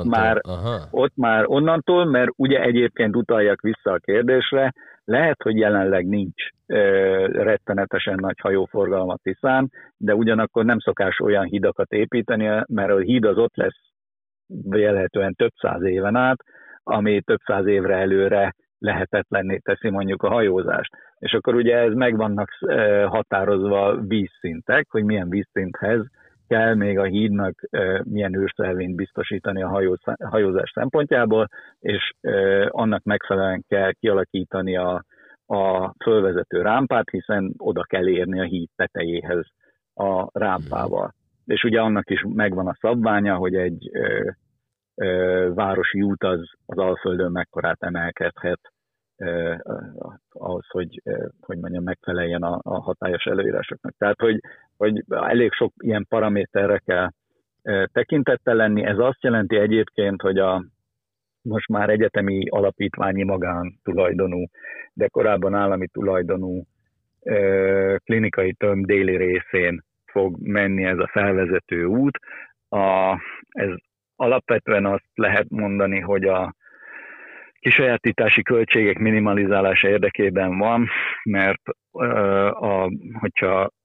ott már onnantól, mert ugye egyébként utaljak vissza a kérdésre, lehet, hogy jelenleg nincs rettenetesen nagy hajóforgalma Tiszán, de ugyanakkor nem szokás olyan hidakat építeni, mert a híd az ott lesz vélhetően több száz éven át, ami több száz évre előre lehetetlenné teszi mondjuk a hajózást. És akkor ugye ez meg vannak határozva vízszintek, hogy milyen vízszinthez kell még a hídnak milyen űrszelvényt biztosítani a hajózás szempontjából, és annak megfelelően kell kialakítani a fölvezető rámpát, hiszen oda kell érni a híd tetejéhez a rámpával. És ugye annak is megvan a szabványa, hogy egy városi út az Alföldön mekkorát emelkedhet ahhoz, hogy mondjam, megfeleljen a hatályos előírásoknak. Tehát, hogy elég sok ilyen paraméterre kell tekintettel lenni. Ez azt jelenti egyébként, hogy most már egyetemi alapítványi magántulajdonú, de korábban állami tulajdonú klinikai tömb déli részén fog menni ez a felvezető út. Ez alapvetően azt lehet mondani, hogy a kisajátítási költségek minimalizálása érdekében van, mert hogyha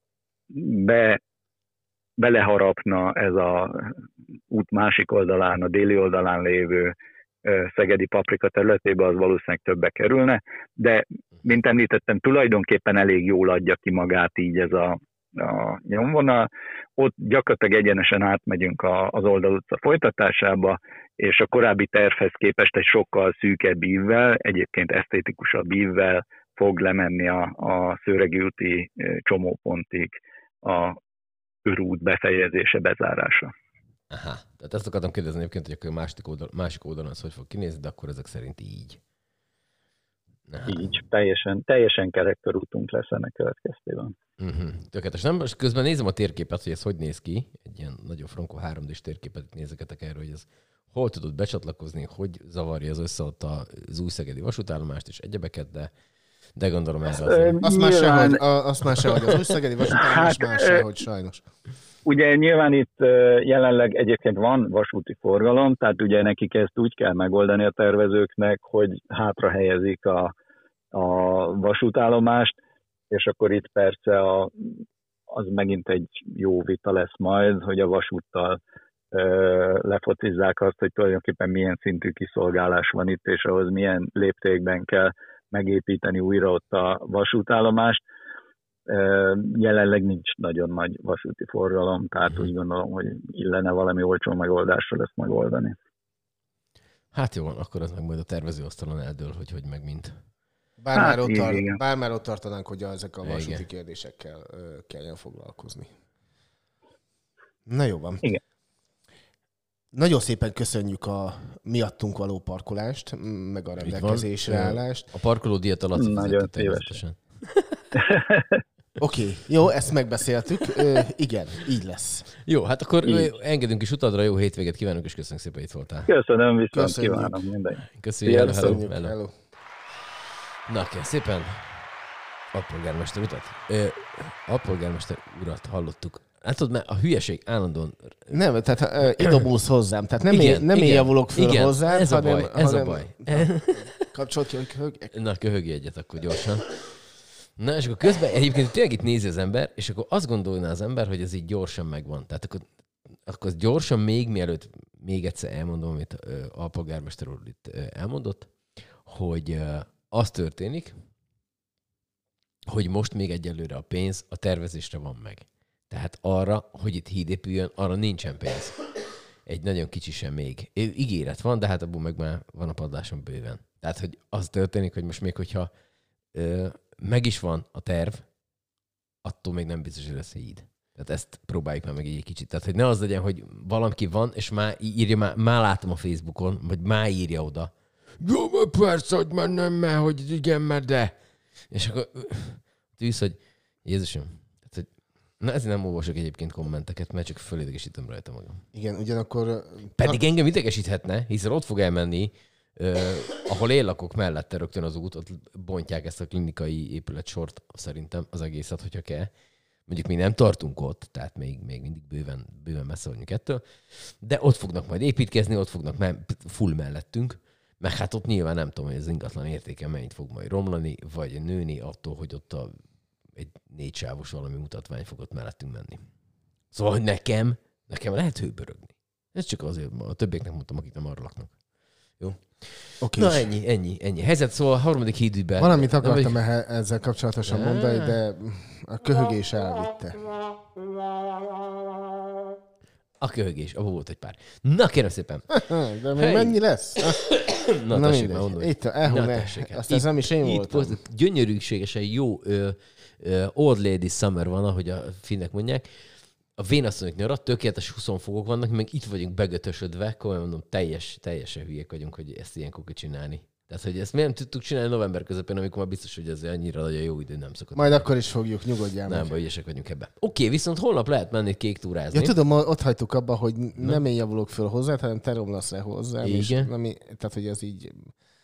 beleharapna ez a út másik oldalán, a déli oldalán lévő szegedi Paprika területébe, az valószínűleg többe kerülne, de mint említettem, tulajdonképpen elég jól adja ki magát így ez a nyomvonal. Ott gyakorlatilag egyenesen átmegyünk az Oldal utca folytatásába, és a korábbi tervhez képest egy sokkal szűkebb ívvel, egyébként esztétikusabb ívvel fog lemenni a Szőregi úti csomópontig a körút befejezése, bezárása. Aha, tehát ezt akartam kérdezni egyébként, hogy akkor másik oldalon az hogy fog kinézni, de akkor ezek szerint így. Aha. Így, teljesen kerek körútunk lesz ennek következtében. Tökéletes. Nem, most közben nézem a térképet, hogy ez hogy néz ki. Egy ilyen nagyon frankó 3D-s térképet nézegetek erről, hogy ez hol tudod becsatlakozni, hogy zavarja az össze ott az új szegedi vasútállomást és egyebeket, de gondolom erre azért. Azt már sehogy az új szegedi vasútállomás, már sehogy sajnos. Ugye nyilván itt jelenleg egyébként van vasúti forgalom, tehát ugye nekik ezt úgy kell megoldani a tervezőknek, hogy hátra helyezik a vasútállomást, és akkor itt persze az megint egy jó vita lesz majd, hogy a vasúttal lefocizzák azt, hogy tulajdonképpen milyen szintű kiszolgálás van itt, és ahhoz milyen léptékben kell megépíteni újra ott a vasútállomást. Jelenleg nincs nagyon nagy vasúti forgalom, tehát úgy gondolom, hogy illene valami olcsó megoldásra ezt megoldani. Hát jó, akkor az meg majd a tervezőasztalon eldől, hogy meg mint. Bár már ott tartanánk, hogy ezek a vasúti kérdésekkel kelljen foglalkozni. Na jó van. Igen. Nagyon szépen köszönjük a miattunk való parkolást, meg a rendelkezésre állást. A parkolódíjat alatt nagyon szívesen. Oké, jó, ezt megbeszéltük. Igen, így lesz. Jó, hát akkor engedünk is utadra, jó hétvégét kívánunk, és köszönjük szépen, hogy itt voltál. Köszönöm, viszont kívánom mindenki. Köszönjük, hello. Na, kell szépen. Alpolgármester utat. Alpolgármester urat hallottuk. Hát tudod, mert a hülyeség állandóan... Nem, tehát idomulsz hozzám. Tehát nem én javulok föl hozzám, ez a baj. Kapcsolt ki, hogy köhögjek. Na, köhögj egyet akkor gyorsan. Na, és akkor közben egyébként tényleg itt nézi az ember, és akkor azt gondolná az ember, hogy ez így gyorsan megvan. Tehát akkor gyorsan mielőtt még egyszer elmondom, amit alpolgármester úr itt elmondott, hogy az történik, hogy most még egyelőre a pénz a tervezésre van meg. Tehát arra, hogy itt híd épüljön, arra nincsen pénz. Egy nagyon kicsi sem még. Ígéret van, de hát abból meg már van a padláson bőven. Tehát, hogy az történik, hogy most még, hogyha meg is van a terv, attól még nem biztos, hogy lesz híd. Tehát ezt próbáljuk már meg egy kicsit. Tehát, hogy ne az legyen, hogy valaki van, és már írja, már látom a Facebookon, vagy már írja oda. Jó, persze, hogy már nem, mert hogy igen, mert de. És akkor tűz, hogy Jézusom, tehát, hogy na ezért nem olvasok egyébként kommenteket, mert csak fölidegesítem rajta magam. Igen, ugyanakkor... Pedig engem idegesíthetne, hiszen ott fog elmenni, ahol én lakok mellette rögtön az út, ott bontják ezt a klinikai épületsort szerintem az egészet, hogyha kell. Mondjuk mi nem tartunk ott, tehát még mindig bőven messze vagyunk ettől, de ott fognak majd építkezni, ott fognak full mellettünk, meg hát ott nyilván nem tudom, hogy az ingatlan értéke mennyit fog majd romlani, vagy nőni attól, hogy ott egy 4 sávos valami mutatvány fog ott mellettünk menni. Szóval, hogy nekem lehet hőbörögni. Ez csak azért, a többieknek mondtam, akik nem arra laknak. Jó? Okay. Na ennyi. Helyzet, szóval a harmadik hídűben. Valamit akartam ezzel kapcsolatosan mondani, de a köhögés elvitte. A köhögés, abban volt egy pár. Na, kérem szépen. De még mennyi lesz? Na tessék már mondani. Itt, azt ez nem is én voltam. Gyönyörűségesen jó Old Lady Summer van, ahogy a finnek mondják. A vénasszonyok nyarat, tökéletes 20 fokok vannak, meg itt vagyunk begötösödve, komolyan mondom, teljesen hülyék vagyunk, hogy ezt ilyenkor csinálni. Tehát, hogy ezt miért nem tudtuk csinálni november közepén, amikor már biztos, hogy ez annyira nagyon jó idő nem szokott. Majd akkor is fogjuk, nyugodjál meg. Nem, baj, ügyesek vagyunk ebben. Oké, viszont holnap lehet menni kék túrázni. Ja, tudom, ott hagytuk abba, hogy nem én javulok föl hozzá, hanem te romlasz le hozzám. Igen. Tehát, hogy ez így...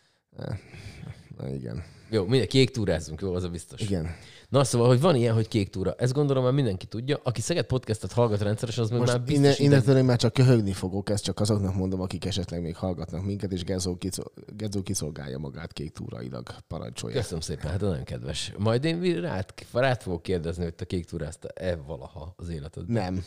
igen. Jó, kék túrázunk, jó, az a biztos. Igen. Na, szóval, hogy van ilyen, hogy kék túra. Ezt gondolom már mindenki tudja. Aki Szeged podcastot hallgat rendszeresen, az most már biztos... Innentől én már csak köhögni fogok, ezt csak azoknak mondom, akik esetleg még hallgatnak minket, és Genzó kiszolgálja magát kék túrailag. Parancsolja. Köszönöm szépen, hát nagyon kedves. Majd én rád fogok kérdezni, hogy te kék túráztál-e valaha az életedben? Nem.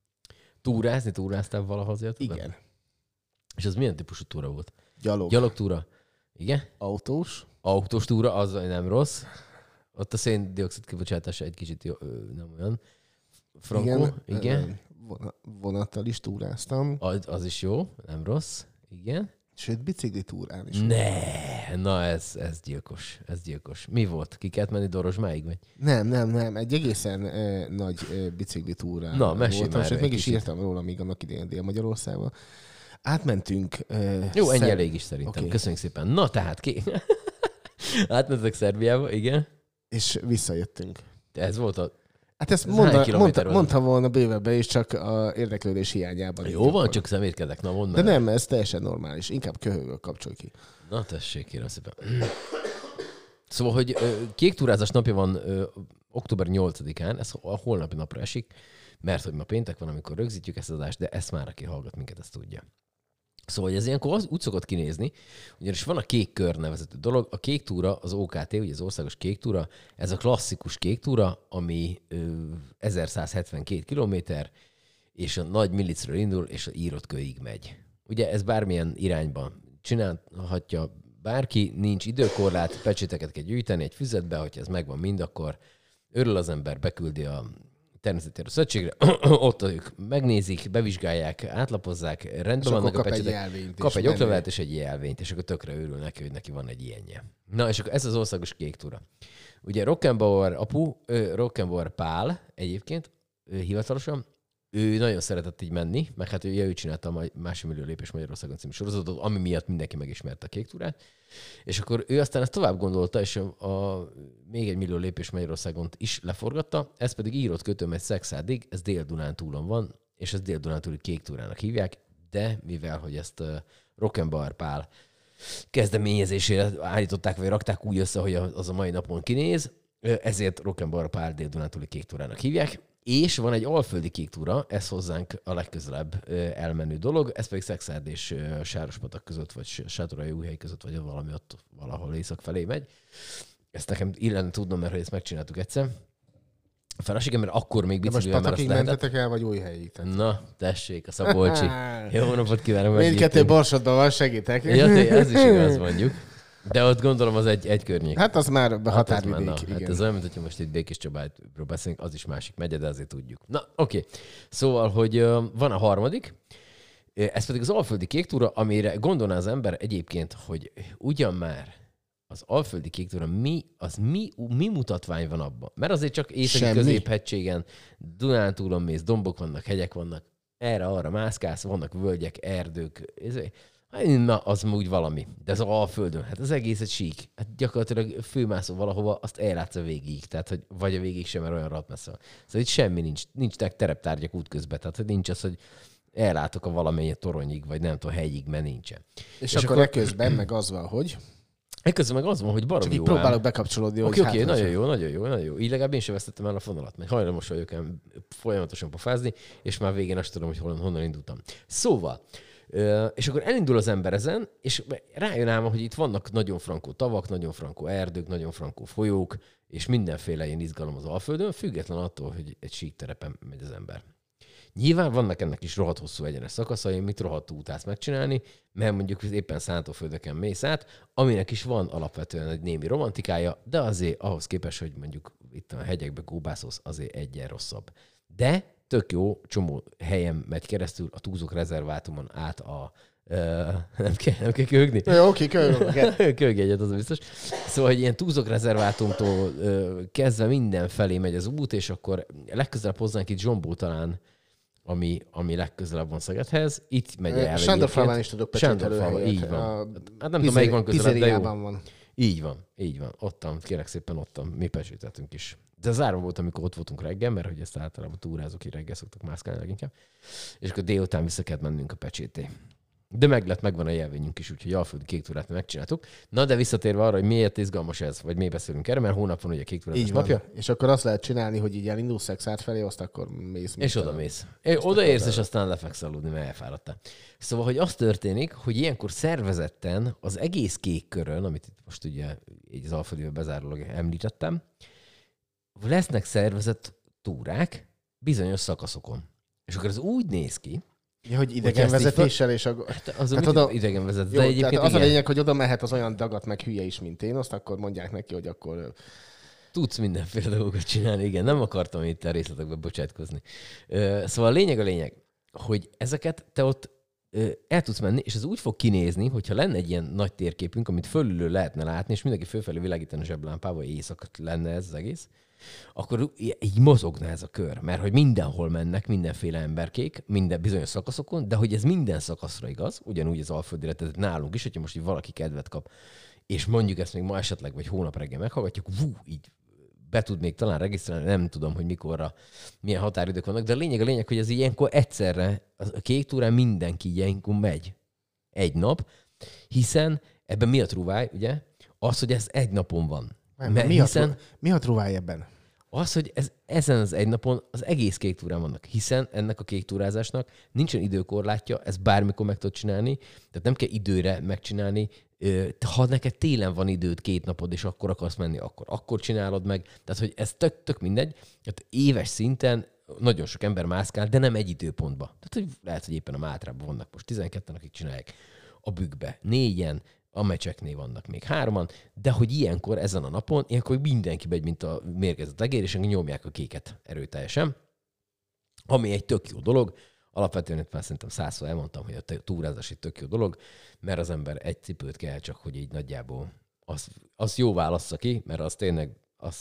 Túráztál valaha az életedben? Igen. És az milyen típusú túra volt? Gyalogtúra. Igen? Autós túra, az nem rossz. Ott a szén-dioxid kibocsátása egy kicsit nem olyan. Frankó, igen. Vonattal is túráztam. Az is jó, nem rossz. Igen. Sőt, bicikli túrán is. Na ez gyilkos. Mi volt? Ki kellett menni Dorozsmáig? Vagy? Nem. Egy egészen nagy bicikli túrán voltam. Sőt, meg is írtam róla még annak idején Dél-Magyarországban. Átmentünk... Jó, ennyi elég is szerintem. Okay. Köszönjük szépen. Na, tehát átmentek Szerbiába, igen. És visszajöttünk. De ez volt a... Hát ezt mondta volna bővebben is, csak a érdeklődés hiányában. Jó van, csak szemétkedek, na mondd meg. De nem, ez teljesen normális. Inkább köhögök, kapcsolj ki. Na tessék, kérem szépen. Szóval, hogy kék túrázás napja van október 8-án, ez a holnapi napra esik, mert hogy ma péntek van, amikor rögzítjük ezt az adást, de ezt már aki hallgat minket, ezt tudja. Szóval ez ilyenkor úgy szokott kinézni, ugyanis van a kék kör nevezetű dolog. A kék túra, az OKT, ugye az országos kék túra, ez a klasszikus kék túra, ami 1172 kilométer, és a Nagy Milicről indul, és a írott kőig megy. Ugye ez bármilyen irányban csinálhatja bárki, nincs időkorlát, pecséteket kell gyűjteni egy füzetbe, hogyha ez megvan mind, akkor örül az ember, beküldi a Természetesen a szövetségre, ott ők megnézik, bevizsgálják, átlapozzák, rendben vannak a pecsétek, kap egy oklevelet és egy jelvényt, és akkor tökre örül neki, hogy neki van egy ilyenje. Na, és akkor ez az országos kék túra. Ugye Rockenbauer apu, Rockenbauer Pál egyébként, hivatalosan, ő nagyon szeretett így menni, meg hát ő csinálta a 1,5 millió lépés Magyarországon című sorozatot, ami miatt mindenki megismerte a kék túrát. És akkor ő aztán ezt tovább gondolta, és még 1 millió lépés Magyarországon is leforgatta, ez pedig írott kötő megy Szexádig, ez Dél-Dunántúlon van, és ezt Dél-Dunántúli kék túrának hívják, de mivel, hogy ezt Rockenbauer Pál kezdeményezésére állították, vagy rakták úgy össze, hogy az a mai napon kinéz, ezért Rockenbauer Pál Dél-Dunántúli kék túrának hívják. És van egy alföldi kék túra, ez hozzánk a legközelebb elmenő dolog, ez pedig Szexárd és Sárospatak között, vagy Sátoraljaújhely között, vagy valami ott valahol észak felé megy. Ezt nekem illene tudnom, mert hogy ezt megcsináltuk egyszer. Feleségem, mert akkor még biciklivel már azt lehetett. Most Patakig mentetek el, vagy Újhelyig? Na, tessék, a Szabolcsi. Jó napot kívánok. Mindkettő Borsodban van, segítek. Ja, ez is igaz, mondjuk. De ott gondolom az egy környék. Hát az már határvidék. Hát ez olyan, mint hogyha most itt Békés Csabáról beszélünk, az is másik megye, de azért tudjuk. Na, oké. Szóval, hogy van a harmadik, ez pedig az alföldi kék túra, amire gondolná az ember egyébként, hogy ugyan már az alföldi kék túra mi mutatvány van abban? Mert azért csak északi középhegységen, Dunántúlon mész, dombok vannak, hegyek vannak, erre-arra mászkálsz, vannak völgyek, erdők, na, az úgy valami. De az Alföldön, hát az egész egy sík. Hát gyakorlatilag főmászol valahova, azt ellátsz a végig. Tehát, hogy vagy a végig sem, mert olyan rohadt messze van. Szóval itt semmi nincs tereptárgyak útközben. Tehát, hogy nincs az, hogy ellátok a valamelyik toronyig, vagy nem tudom, hegyig, mert nincsen. És akkor eközben meg az van, hogy... Ekközben meg az van, hogy baromi jó. Csak próbálok bekapcsolódni. Oké, nagyon jó. Így legalább én sem vesztettem el a fonalat, mert hajlamos vagyok folyamatosan pofázni, és már végén azt tudom, hogy honnan indultam. Szóval, és akkor elindul az ember ezen, és rájön ám, hogy itt vannak nagyon frankó tavak, nagyon frankó erdők, nagyon frankó folyók, és mindenféle ilyen izgalom az Alföldön, független attól, hogy egy síkterepen megy az ember. Nyilván vannak ennek is rohadt hosszú egyenes szakaszai, mit rohadtul utálsz megcsinálni, mert mondjuk éppen szántóföldeken mész át, aminek is van alapvetően egy némi romantikája, de azért ahhoz képest, hogy mondjuk itt a hegyekbe kóbászolsz, azért egyen rosszabb. De tök jó, csomó helyen megy keresztül, a Túzok rezervátumon át a nem kell köhögni. Jó, oké, köhögni. Köhögj egyet, az biztos. Szóval, hogy ilyen Túzok rezervátumtól kezdve mindenfelé megy az út, és akkor legközelebb hozzánk itt Zsombó talán, ami legközelebb van Szegedhez. Itt megy el. Sándorfalván is tudok Sándorfalván, így van. Hát nem tudom, melyik van közelebb, de jó. Van. Így van. Ottan, kérek szépen ottan. Mi pecsételtünk is. De zárva volt, amikor ott voltunk reggel, mert hogy ezt általában túrázok, így reggel szoktak mászkálni leginkább. És akkor délután vissza kellett mennünk a pecsété. De megvan a jelvényünk is, úgyhogy alföldi kéktúrát megcsináltuk. Na, de visszatérve arra, hogy miért izgalmas ez, vagy miért beszélünk erre, mert hónap van ugye kéktúrás napja. És akkor azt lehet csinálni, hogy így elindulsz Szexárd felé, azt akkor mész. És oda mész. Odaérsz, és aztán lefeksz aludni, mert elfáradtál. Szóval, hogy az történik, hogy ilyenkor szervezetten az egész kék körön, amit itt most ugye így az alföldivel bezárólag említettem, lesznek szervezett túrák bizonyos szakaszokon. És akkor ez úgy néz ki, ja, hogy idegenvezetéssel és a... Hát oda idegenvezet. Jó, tehát az a lényeg, hogy oda mehet az olyan dagat meg hülye is, mint én, azt akkor mondják neki, hogy akkor... Tudsz mindenféle dolgokat csinálni, igen. Nem akartam itt a részletekbe bocsátkozni. Szóval a lényeg, hogy ezeket te ott el tudsz menni, és ez úgy fog kinézni, hogyha lenne egy ilyen nagy térképünk, amit fölülről lehetne látni, és mindenki fölfelé világítani a zseblámpával, éjszaka lenne ez az egész, akkor így mozogna ez a kör, mert hogy mindenhol mennek mindenféle emberkék, minden bizonyos szakaszokon, de hogy ez minden szakaszra igaz, ugyanúgy az alföldire, tehát nálunk is, hogyha most így valaki kedvet kap, és mondjuk ezt még ma esetleg, vagy hónap reggel meghallgatjuk, így be tud még talán regisztrálni, nem tudom, hogy mikorra, milyen határidők vannak, de a lényeg, hogy ez ilyenkor egyszerre, a kék túrán mindenki ilyenkor megy egy nap, hiszen ebben mi a trúváj, ugye? Az, hogy ez egy napon van. Mi a trúváj ebben? Az, hogy ezen az egy napon az egész kék túrán vannak, hiszen ennek a kék túrázásnak nincsen időkorlátja, ez bármikor meg tudod csinálni, tehát nem kell időre megcsinálni. Ha neked télen van időd 2 napod, és akkor akarsz menni, akkor csinálod meg. Tehát, hogy ez tök mindegy. Tehát éves szinten nagyon sok ember mászkál, de nem egy időpontba. Tehát, hogy lehet, hogy éppen a Mátrában vannak most 12-en, akik csinálják a Bükkbe 4-en, a Mecseknél vannak még 3-an, de hogy ilyenkor ezen a napon, ilyenkor mindenki megy, mint a mérgezett legér, és nyomják a kéket erőteljesen. Ami egy tök jó dolog. Alapvetően itt már szerintem 100-szor elmondtam, hogy a túrázás egy tök jó dolog, mert az ember egy cipőt kell, csak hogy így nagyjából azt jó válassza ki, mert az tényleg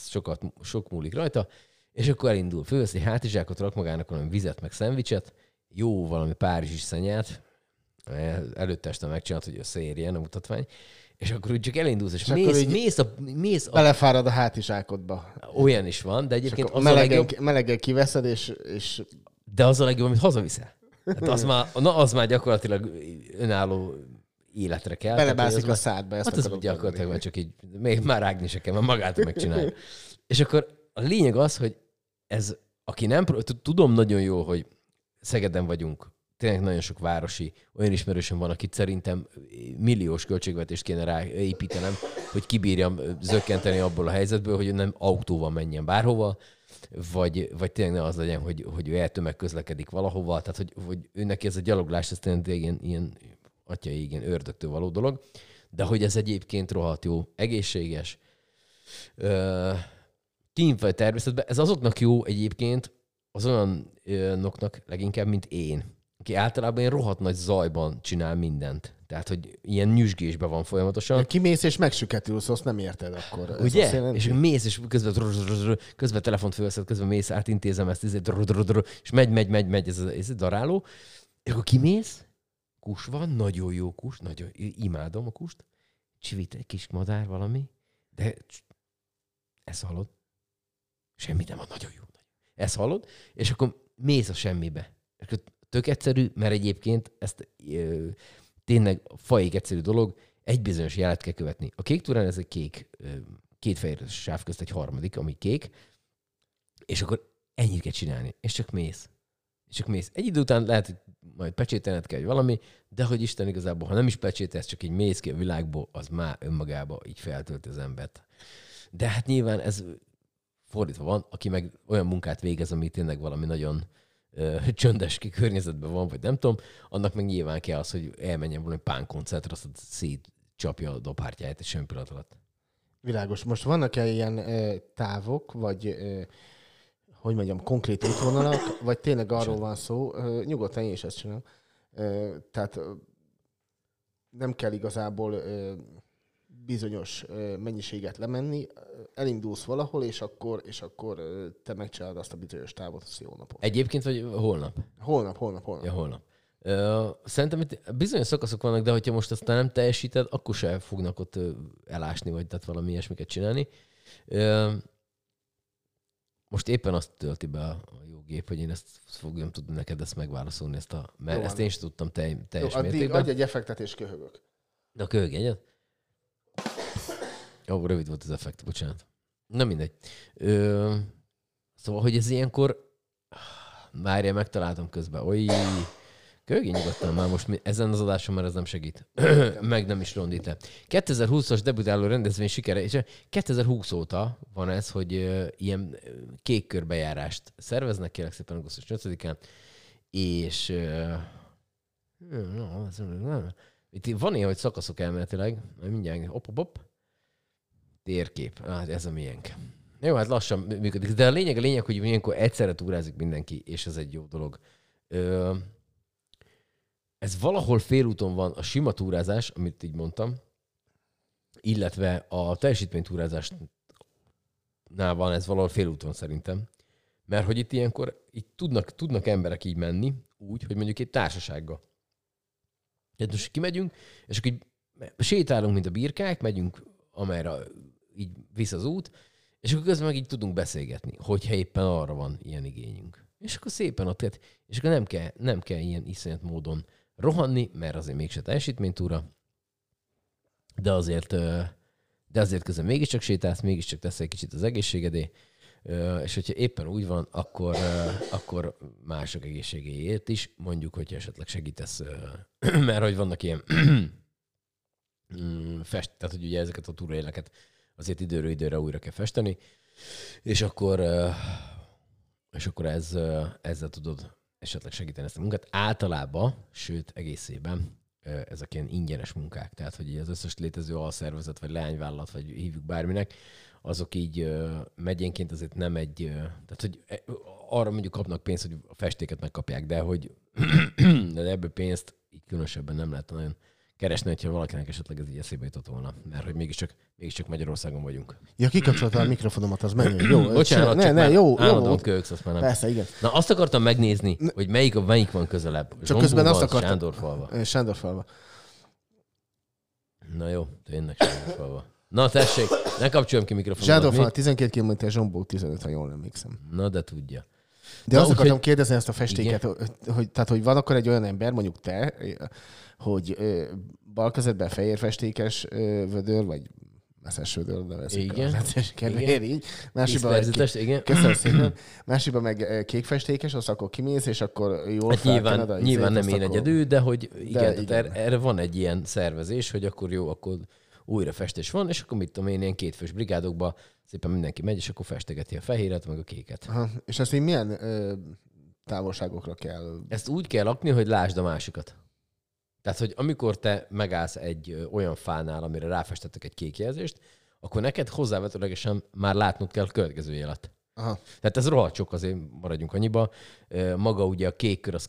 sok múlik rajta, és akkor elindul, fölveszi hátizsákot, rak magának valami vizet, meg szendvicset, jó valami párizsi szenyát, előtte este megcsinált, hogy összeérjen a mutatvány, és akkor úgy csak elindulsz, és mész a... Belefárad a hátizsákodba. Olyan is van, de egyébként az melegen kiveszed, és... De az a legjobb, amit hazaviszel. Hát az már gyakorlatilag önálló életre kell. Belebászik a szádba. Hát ez gyakorlatilag már csak így, még már rágni se kell, már magától megcsinálja. És akkor a lényeg az, hogy ez, aki nem... Tudom nagyon jó, hogy Szegeden vagyunk, tényleg nagyon sok városi, olyan ismerősöm van, akit szerintem milliós költségvetést kéne ráépítenem, hogy kibírjam zökkenteni abból a helyzetből, hogy nem autóval menjen bárhova, vagy tényleg ne az legyen, hogy ő eltömegközlekedik valahova, tehát hogy ő neki ez a gyaloglás, ez tényleg ilyen atyai, igen, ördögtől való dolog, de hogy ez egyébként rohadt jó, egészséges, kínfaj természetben, ez azoknak jó egyébként, az olyanoknak leginkább, mint én, aki általában ilyen rohadt nagy zajban csinál mindent. Tehát, hogy ilyen nyüzsgésben van folyamatosan. Ja, kimész és megsüketülsz, azt nem érted akkor. Ugye? És mész, és közben telefont fölveszed, közben mész, átintézem ezt, és megy, ez daráló. És akkor kimész, kus van, nagyon jó kus, nagyon imádom a kust, csivít egy kis madár valami, de ezt hallod? Semmi nem van, nagyon jó. Ezt hallod? És akkor mész a semmibe. És akkor tök egyszerű, mert egyébként ezt tényleg faig egyszerű dolog, egy bizonyos jelet kell követni. A kék túrán ez egy kék, 2 fehér sáv közt egy harmadik, ami kék, és akkor ennyit kell csinálni, és csak mész. Egy idő után lehet, hogy majd pecsételned kell, vagy valami, de hogy Isten igazából, ha nem is pecsételsz, csak így mész ki a világból, az már önmagába így feltölti az embert. De hát nyilván ez fordítva van, aki meg olyan munkát végez, ami tényleg valami nagyon csöndes környezetben van, vagy nem tudom, annak meg nyilván kell az, hogy elmenjen valami pánkoncertre, azt szétcsapja a dobhártyáját egy semmi pillanat alatt. Világos. Most vannak-e ilyen távok, vagy hogy mondjam, konkrét útvonalak, vagy tényleg arról van szó, nyugodtan én is ezt csinálom, tehát nem kell igazából bizonyos mennyiséget lemenni, elindulsz valahol, és akkor te megcsinálod azt a bizonyos távot, az jó napot. Egyébként, vagy holnap? Holnap. Ja, holnap. Szerintem itt bizonyos szakaszok vannak, de hogyha most aztán nem teljesíted, akkor se fognak ott elásni, vagy tehát valami ilyesmiket csinálni. Most éppen azt tölti be a jó gép, hogy én ezt fogjam tudni neked ezt megválaszolni, mert ezt én is tudtam teljes mértékben. Adj egy effektet és köhögök. De a köhög egyet? Ó, rövid volt az effekt, bocsánat. Na mindegy. Szóval, hogy ez ilyenkor... Várjál, megtaláltam közben. Oly, köhögjél nyugodtan már most ezen az adáson, mert ez nem segít. Meg nem is rondít le. 2020-as debütáló rendezvény sikere, és 2020 óta van ez, hogy ilyen kék körbejárást szerveznek, kérlek szépen augusztus 8-án, és itt van ilyen, hogy szakaszok elméletileg, mindjárt op. Térkép. Ez a miénk. Jó, hát lassan működik. De a lényeg, hogy ilyenkor egyszerre túrázik mindenki, és ez egy jó dolog. Ez valahol félúton van a sima túrázás, amit így mondtam, illetve a teljesítménytúrázásnál van ez valahol félúton szerintem. Mert hogy itt ilyenkor így tudnak emberek így menni, úgy, hogy mondjuk egy társasággal. Tehát most kimegyünk, és akkor így sétálunk, mint a birkák, megyünk, amerre így visz az út, és akkor közben meg így tudunk beszélgetni, hogyha éppen arra van ilyen igényünk. És akkor szépen ott, és akkor nem kell ilyen iszonyat módon rohanni, mert azért mégse teljesítménytúra, de azért közben mégiscsak sétálsz, mégiscsak teszel egy kicsit az egészségedé, és hogyha éppen úgy van, akkor mások egészségéért is, mondjuk, hogyha esetleg segítesz, mert hogy vannak ilyen tehát hogy ugye ezeket a túraéleket azért időről időre újra kell festeni, és akkor ezzel tudod esetleg segíteni ezt a munkát. Általában, sőt egészében ezek ilyen ingyenes munkák, tehát hogy az összes létező alszervezet, vagy leányvállalat, vagy hívjuk bárminek, azok így megyénként azért nem tehát hogy arra mondjuk kapnak pénzt, hogy a festéket megkapják, de hogy de ebből pénzt így különösebben nem lehet nagyon keresni, hogyha valakinek esetleg ez így eszébe jutott volna. Mert hogy mégiscsak Magyarországon vagyunk. Ja, kikapcsoltál a mikrofonomat, az menjünk. Jó, bocsánat, jó. Köhögsz, azt már nem. Persze, igen. Na, azt akartam megnézni, hogy melyik van közelebb. Csak közben azt akartam. Sándorfalva. Sándorfalva. Na jó, tényleg Sándorfalva. Na tessék, ne kapcsoljam ki mikrofonomat. Sándorfalva 12 km, Zsombó 15, ha jól emlékszem. Na, de tudja. De azt akartam kérdezni ezt a festéket, hogy van akkor egy olyan ember, mondjuk te, hogy bal kezedben fehér festékes vödör, vagy messzes vödör, de veszik az edzés kedvéért így. Másikban meg kék festékes, azt akkor kimész, és akkor jól hát nyilván nem én egyedül, de hogy igen. Erre van egy ilyen szervezés, hogy akkor jó, akkor újra festés van, és akkor mit tudom én, ilyen kétfős brigádokba szépen mindenki megy, és akkor festegeti a fehéret, meg a kéket. Aha. És ezt így milyen távolságokra kell? Ezt úgy kell lakni, hogy lásd a másikat. Tehát, hogy amikor te megállsz egy olyan fánál, amire ráfestettek egy kék jelzést, akkor neked hozzávetőlegesen már látnod kell a következő jelet. Aha. Tehát ez rohadt sok, azért maradjunk annyiba. Maga ugye a kék kör az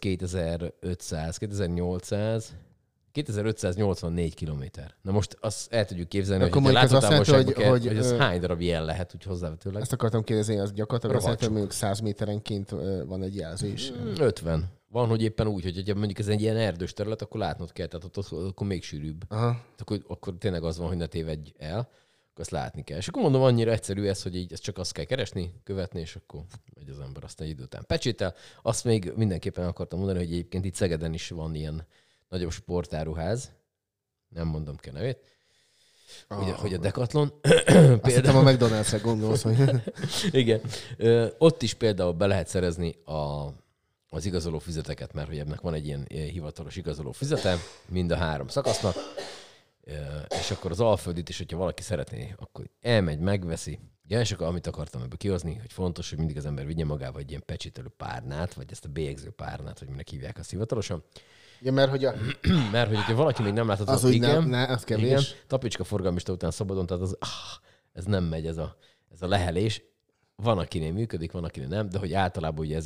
2584 kilométer. Na most azt el tudjuk képzelni, akkor hogy láthatávolságban kell, hogy ez hány darab jel lehet, úgy hozzávetőleg. Ezt akartam kérdezni, az gyakorlatilag azt jelenti, hogy mondjuk 100 méterenként van egy jelzés. 50. Van, hogy éppen úgy, hogy mondjuk ez egy ilyen erdős terület, akkor látnod kell, tehát ott akkor még sűrűbb. Akkor tényleg az van, hogy ne tévedj el, akkor azt látni kell. És akkor mondom, annyira egyszerű ez, hogy így ezt csak azt kell keresni, követni, és akkor megy az ember aztán egy idő után pecsétel. Azt még mindenképpen akartam mondani, hogy egyébként itt Szegeden is van ilyen nagyobb sportáruház, nem mondom ki a nevét, hogy a Decathlon. Azt hittem a McDonald's-re gondolsz, hogy... Igen. Ott is például be lehet szerezni az igazoló füzeteket, mert hogy ennek van egy ilyen hivatalos igazoló füzete, mind a 3 szakasznak, és akkor az Alföldit is, hogyha valaki szeretné, akkor elmegy, megveszi, Ja, és akkor amit akartam ebből kihozni, hogy fontos, hogy mindig az ember vigye magával egy ilyen pecsételő párnát, vagy ezt a bélyegző párnát, vagy minek hívják azt hivatalosan. Ja, mert hogy hogyha valaki még nem látott, az úgy az kevés. Igen, tapicska forgalmista után szabadon, tehát ez nem megy, ez a lehelés. Van, akinél működik, van, akinél nem, de hogy általában ugye ez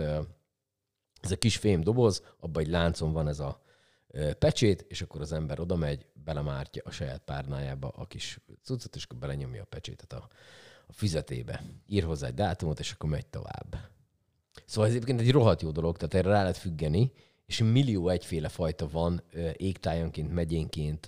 a kis fém doboz, abban egy láncon van ez a pecsét, és akkor az ember oda megy, belemártja a saját párnájába a kis cuccot, és akkor belenyomja a pecsétet a füzetébe. Ír hozzá egy dátumot, és akkor megy tovább. Szóval ez egyébként egy rohadt jó dolog, tehát erre rá lehet függeni, és millió egyféle fajta van égtájanként, megyénként,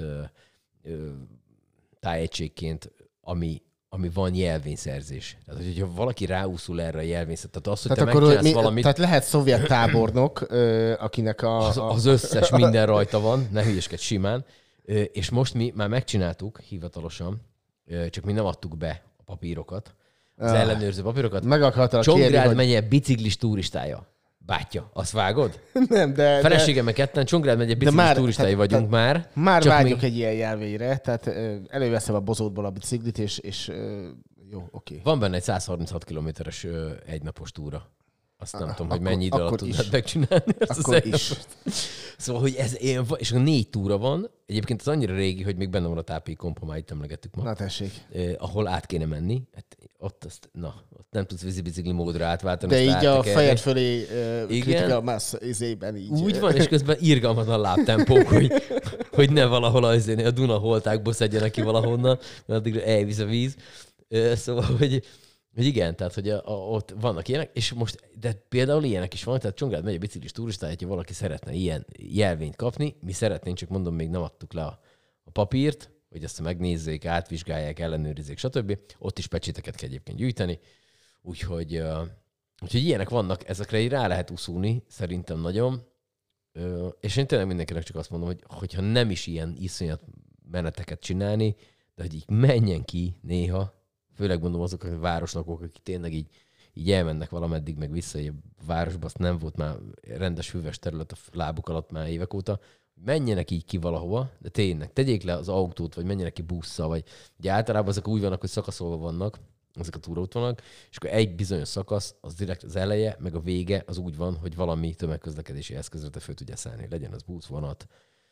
tájegységként, ami van jelvényszerzés. Tehát, hogyha valaki ráúszul erre a jelvényszerzet, tehát az, hogy tehát te megcsinálsz valamit... Tehát lehet szovjet tábornok, akinek az összes minden rajta van, ne hülyeskedj simán, és most mi már megcsináltuk hivatalosan, csak mi nem adtuk be a papírokat, az ellenőrző papírokat. Meg akartam Csongrád megye biciklis turistája. Bátya, azt vágod? Nem, de... Feleségemmel ketten Csongrád megye biciklis turistái vagyunk már. Már vágyok egy ilyen jelvényre, tehát előveszem a bozótból a biciklit, és jó, oké. Van benne egy 136 kilométeres egynapos túra. Azt nem tudom, hogy mennyi idő alatt tudnád megcsinálni. Akkor is. Szóval, hogy ez ilyen, és a 4 túra van. Egyébként az annyira régi, hogy még benne van a tápi kompa, már itt emlegettük ma. Na tessék. Ahol át kéne menni. Hát ott nem tudsz vízibicikli módra átváltani. De így a fejed fölé critical mass izében így. Úgy van, és közben irgalmatlan lábtempók, hogy ne valahol a Duna holtákból szedjenek ki valahonnan, mert addig elvisz a víz. Szóval, hogy igen, tehát, hogy ott vannak ilyenek, és most, de például ilyenek is vannak, tehát Csongrád megye biciklis turistája, hogyha valaki szeretne ilyen jelvényt kapni, mi szeretnénk, csak mondom, még nem adtuk le a papírt, hogy ezt megnézzék, átvizsgálják, ellenőrizzék, stb. Ott is pecséteket kell egyébként gyűjteni, úgyhogy ilyenek vannak, ezekre így rá lehet úszulni, szerintem nagyon, és én tényleg mindenkinek csak azt mondom, hogy hogyha nem is ilyen iszonyat meneteket csinálni, de hogy így menjen ki néha, főleg mondom azok a városlakók, akik tényleg így elmennek valameddig, meg vissza, hogy a városban azt nem volt már rendes hűvös terület a lábuk alatt már évek óta, menjenek így ki valahova, de tényleg, tegyék le az autót, vagy menjenek ki busszal, vagy ugye általában ezek úgy vannak, hogy szakaszolva vannak, ezek a túraútvonalak, és akkor egy bizonyos szakasz, az direkt az eleje, meg a vége, az úgy van, hogy valami tömegközlekedési eszközre te föl tudja szállni. Legyen az busz, vonat,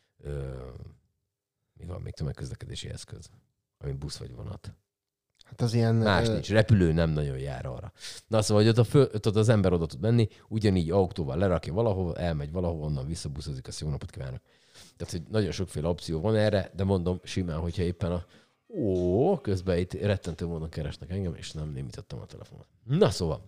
mi van még tömegközlekedési eszköz, ami busz vagy vonat. Hát az ilyen... Más nincs, repülő nem nagyon jár arra. Na szóval, hogy ott az ember oda tud menni, ugyanígy autóval lerakja valahova, elmegy valahova, onnan visszabuszozik, azt jó napot kívánok. Tehát, hogy nagyon sokféle opció van erre, de mondom simán, hogyha éppen közben itt rettentő módon keresnek engem, és nem némítottam a telefonot. Na szóval.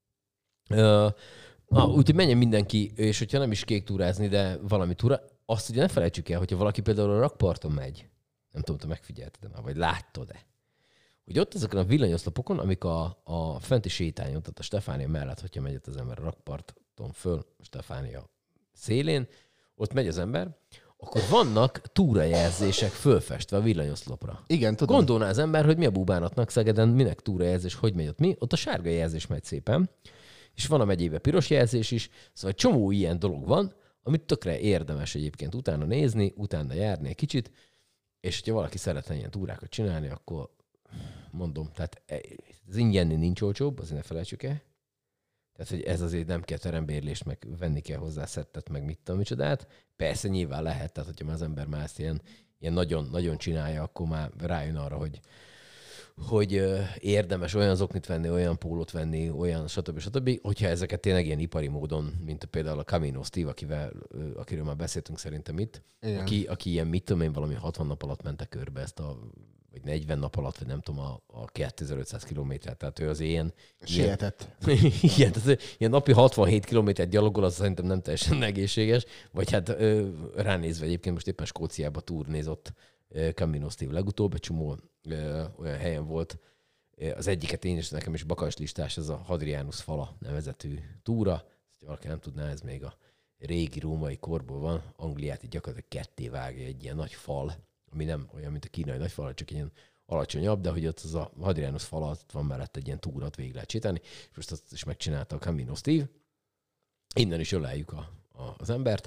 Úgyhogy menjen mindenki, és hogyha nem is kék túrázni, de valami túra, azt ugye ne felejtsük el, hogyha valaki például a rakparton megy, nem tudom, te megfigyelted már, vagy láttad-e, hogy ott ezeken a villanyoszlopokon, amik a fenti sétányon, tehát a Stefánia mellett, hogyha megy az ember a rakparton föl, a Stefánia szélén, ott megy az ember, akkor vannak túrajelzések fölfestve a villanyoszlopra. Igen, tudom. Gondolná az ember, hogy mi a búbánatnak Szegeden, minek túrajelzés, hogy megy ott mi. Ott a sárga jelzés megy szépen, és van a megyébe piros jelzés is, szóval csomó ilyen dolog van, amit tökre érdemes egyébként utána nézni, utána járni egy kicsit, és hogyha valaki szeretne ilyen túrákat csinálni, akkor mondom, tehát az ingyenni nincs olcsóbb, azért ne felejtsük el. Tehát, hogy ez azért nem kell terembérlést, meg venni kell hozzá szettet, meg mit tudom, micsodát. Persze nyilván lehet, tehát hogyha már az ember már ezt ilyen nagyon, nagyon csinálja, akkor már rájön arra, hogy érdemes olyan zoknit venni, olyan pólót venni, olyan stb. Hogyha ezeket tényleg ilyen ipari módon, mint például a Camino Steve, akiről már beszéltünk szerintem itt, aki ilyen, mit tudom én, valami 60 nap alatt mente körbe ezt vagy 40 nap alatt, vagy nem tudom, a 2500 kilométert. Tehát ő az ilyen... Sietett. Igen, tehát ilyen napi 67 kilométert gyalogol, az szerintem nem teljesen egészséges. Vagy hát ránézve egyébként most éppen Skóciába turnézott Camino Steve legutóbb, egy csomó olyan helyen volt. Az egyiket én is, nekem is bakancslistás, ez a Hadrianus fala nevezetű túra. Ha valaki nem tudná, ez még a régi római korból van. Angliát így gyakorlatilag ketté vágja egy ilyen nagy fal, ami nem olyan, mint a kínai nagyfal, csak ilyen alacsonyabb, de hogy ott az a Hadrianus fal alatt van mellett egy ilyen túrat végig lehet sétálni, és most azt is megcsinálta a Camino Steve. Innen is öleljük az embert,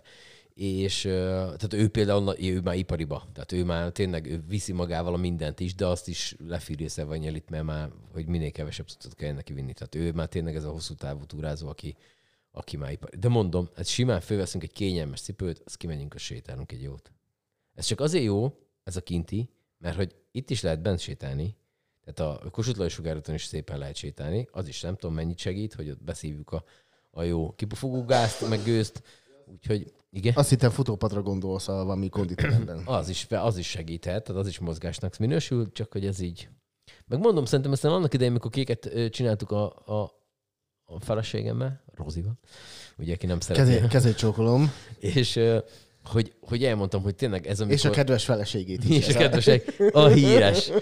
és tehát ő például, ő már ipariba, tehát ő már tényleg ő viszi magával a mindent is, de azt is lefűrésze vagy nyelit, mert már, hogy minél kevesebb cuccot kell neki vinni. Tehát ő már tényleg ez a hosszú távú túrázó, aki már ipari. De mondom, hát simán fölveszünk egy kényelmes cipőt, azt kimegyünk, azt sétálunk egy jót. Ez csak azért jó, ez a kinti, mert hogy itt is lehet bent sétálni, tehát a Kossuth Lajos sugárúton is szépen lehet sétálni, az is nem tudom mennyit segít, hogy ott beszívjuk a jó kipufogó gázt, meg gőzt, úgyhogy igen. Azt hittem futópadra gondolsz a valami konditeremben. Az is segíthet, tehát az is mozgásnak minősül, csak hogy ez így. Meg mondom, szerintem aztán annak idején, amikor kéket csináltuk a feleségemmel, Rozival, ugye, aki nem szeretné. Kezét csókolom. És hogy elmondtam, hogy tényleg ez, amikor... És a kedves feleségét is. És a kedvesek. A híres.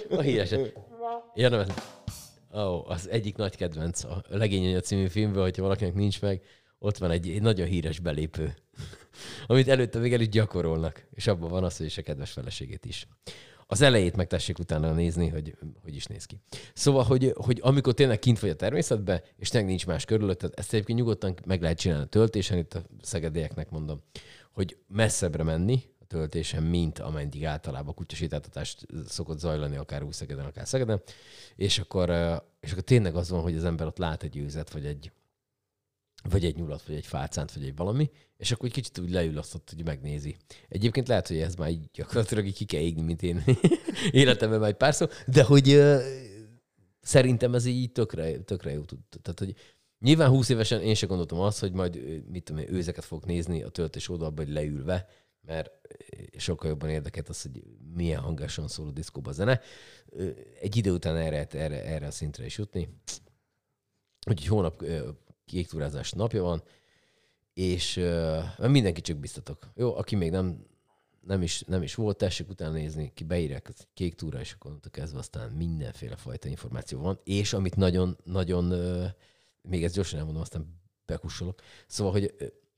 Ja, nem, az egyik nagy kedvenc, a Legényanya című filmben, hogyha valakinek nincs meg, ott van egy nagyon híres belépő, amit előtte még el is gyakorolnak, és abban van az, hogy is a kedves feleségét is. Az elejét meg tessék utána nézni, hogy is néz ki. Szóval, hogy amikor tényleg kint vagy a természetben, és tényleg nincs más körülötted, ezt egyébként nyugodtan meg lehet csinálni a töltésen, itt a szegedieknek mondom, hogy messzebbre menni a töltésen, mint ameddig általában kutyasétáltatást szokott zajlani, akár Újszegeden, akár Szegeden, és akkor tényleg az van, hogy az ember ott lát egy őzet, vagy egy nyulat, vagy egy fácánt, vagy egy valami, és akkor egy kicsit úgy leül azt, hogy megnézi. Egyébként lehet, hogy ez már így gyakorlatilag így ki kell égni, mint én életemben már egy párszor, de hogy szerintem ez így tökre jó tud. Tehát, hogy nyilván 20 évesen én sem gondoltam azt, hogy majd mit tudom én, őzeket fogok nézni a töltés oldalba, hogy leülve, mert sokkal jobban érdekelt az, hogy milyen hangosan szól a diszkóba a zene. Egy idő után erre a szintre is jutni. Úgyhogy hónap kéktúrázás napja van, és mindenki csak biztatok. Jó, aki még nem is volt, tessék utána nézni, ki beírják a kék túra, és akkor kezdve aztán mindenféle fajta információ van, és amit nagyon, még ezt gyorsan elmondom, aztán bekussolok. Szóval, hogy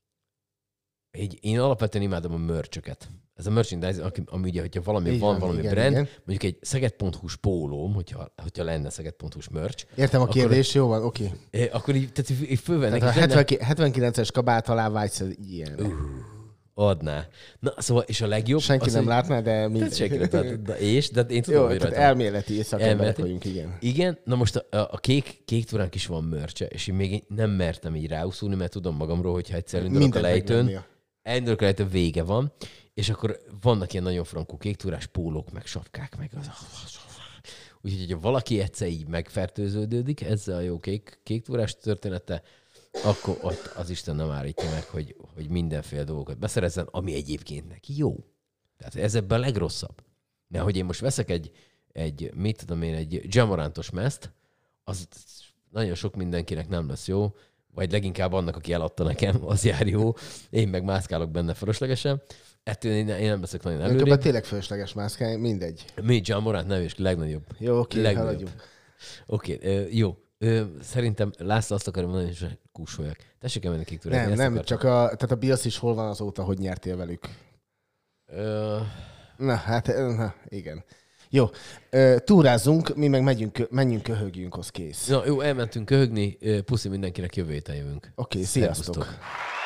én alapvetően imádom a merch-öket. Ez a merchandise, ami ugye, hogyha valami brand, mondjuk egy szeged.hu-s pólóm, hogyha lenne szeged.hu-s merch. Értem a kérdést, jó van, oké. Akkor így fölvennek. Tehát a 79-es kabát alá vágysz ilyen. Adná. Na, szóval, és a legjobb... Senki nem látná, de mindegy. Senki nem látná, de én tudom, jó, hogy rajta. Elméleti szakemberek vagyunk, igen. Igen, na most a kék túránk is van merch-e, és én még nem mertem így ráúszulni, mert tudom magamról, hogyha egyszer indulok a lejtőn, vége van, és akkor vannak ilyen nagyon frankó kéktúrás pólók, meg sapkák, meg az... Úgyhogy, hogyha valaki egyszer így megfertőződődik ezzel a jó kéktúrás története, akkor ott az Isten nem állítja meg, hogy mindenféle dolgokat beszerezzen, ami egyébként neki jó. Tehát ez ebben a legrosszabb. Mert hogy én most veszek egy Jamorántos mezt, az nagyon sok mindenkinek nem lesz jó, vagy leginkább annak, aki eladta nekem, az jár jó. Én meg mászkálok benne fölöslegesen. Ettől én nem leszek nagyon előrébb. Inkább tényleg fölösleges mászkálni, mindegy. Mi Jamoránt nevés, legnagyobb. Jó, oké, haladjunk. Oké, jó. Szerintem László azt akarom mondani, hogy kúsoljak. Tessék elmenni kék túrát. Nem, csak tehát a BIOS is hol van azóta, hogy nyertél velük? Na, igen. Jó, túrázzunk, mi meg menjünk köhögjünk, az kész. Na jó, elmentünk köhögni, puszi mindenkinek, jövő héten jövünk. Oké, sziasztok.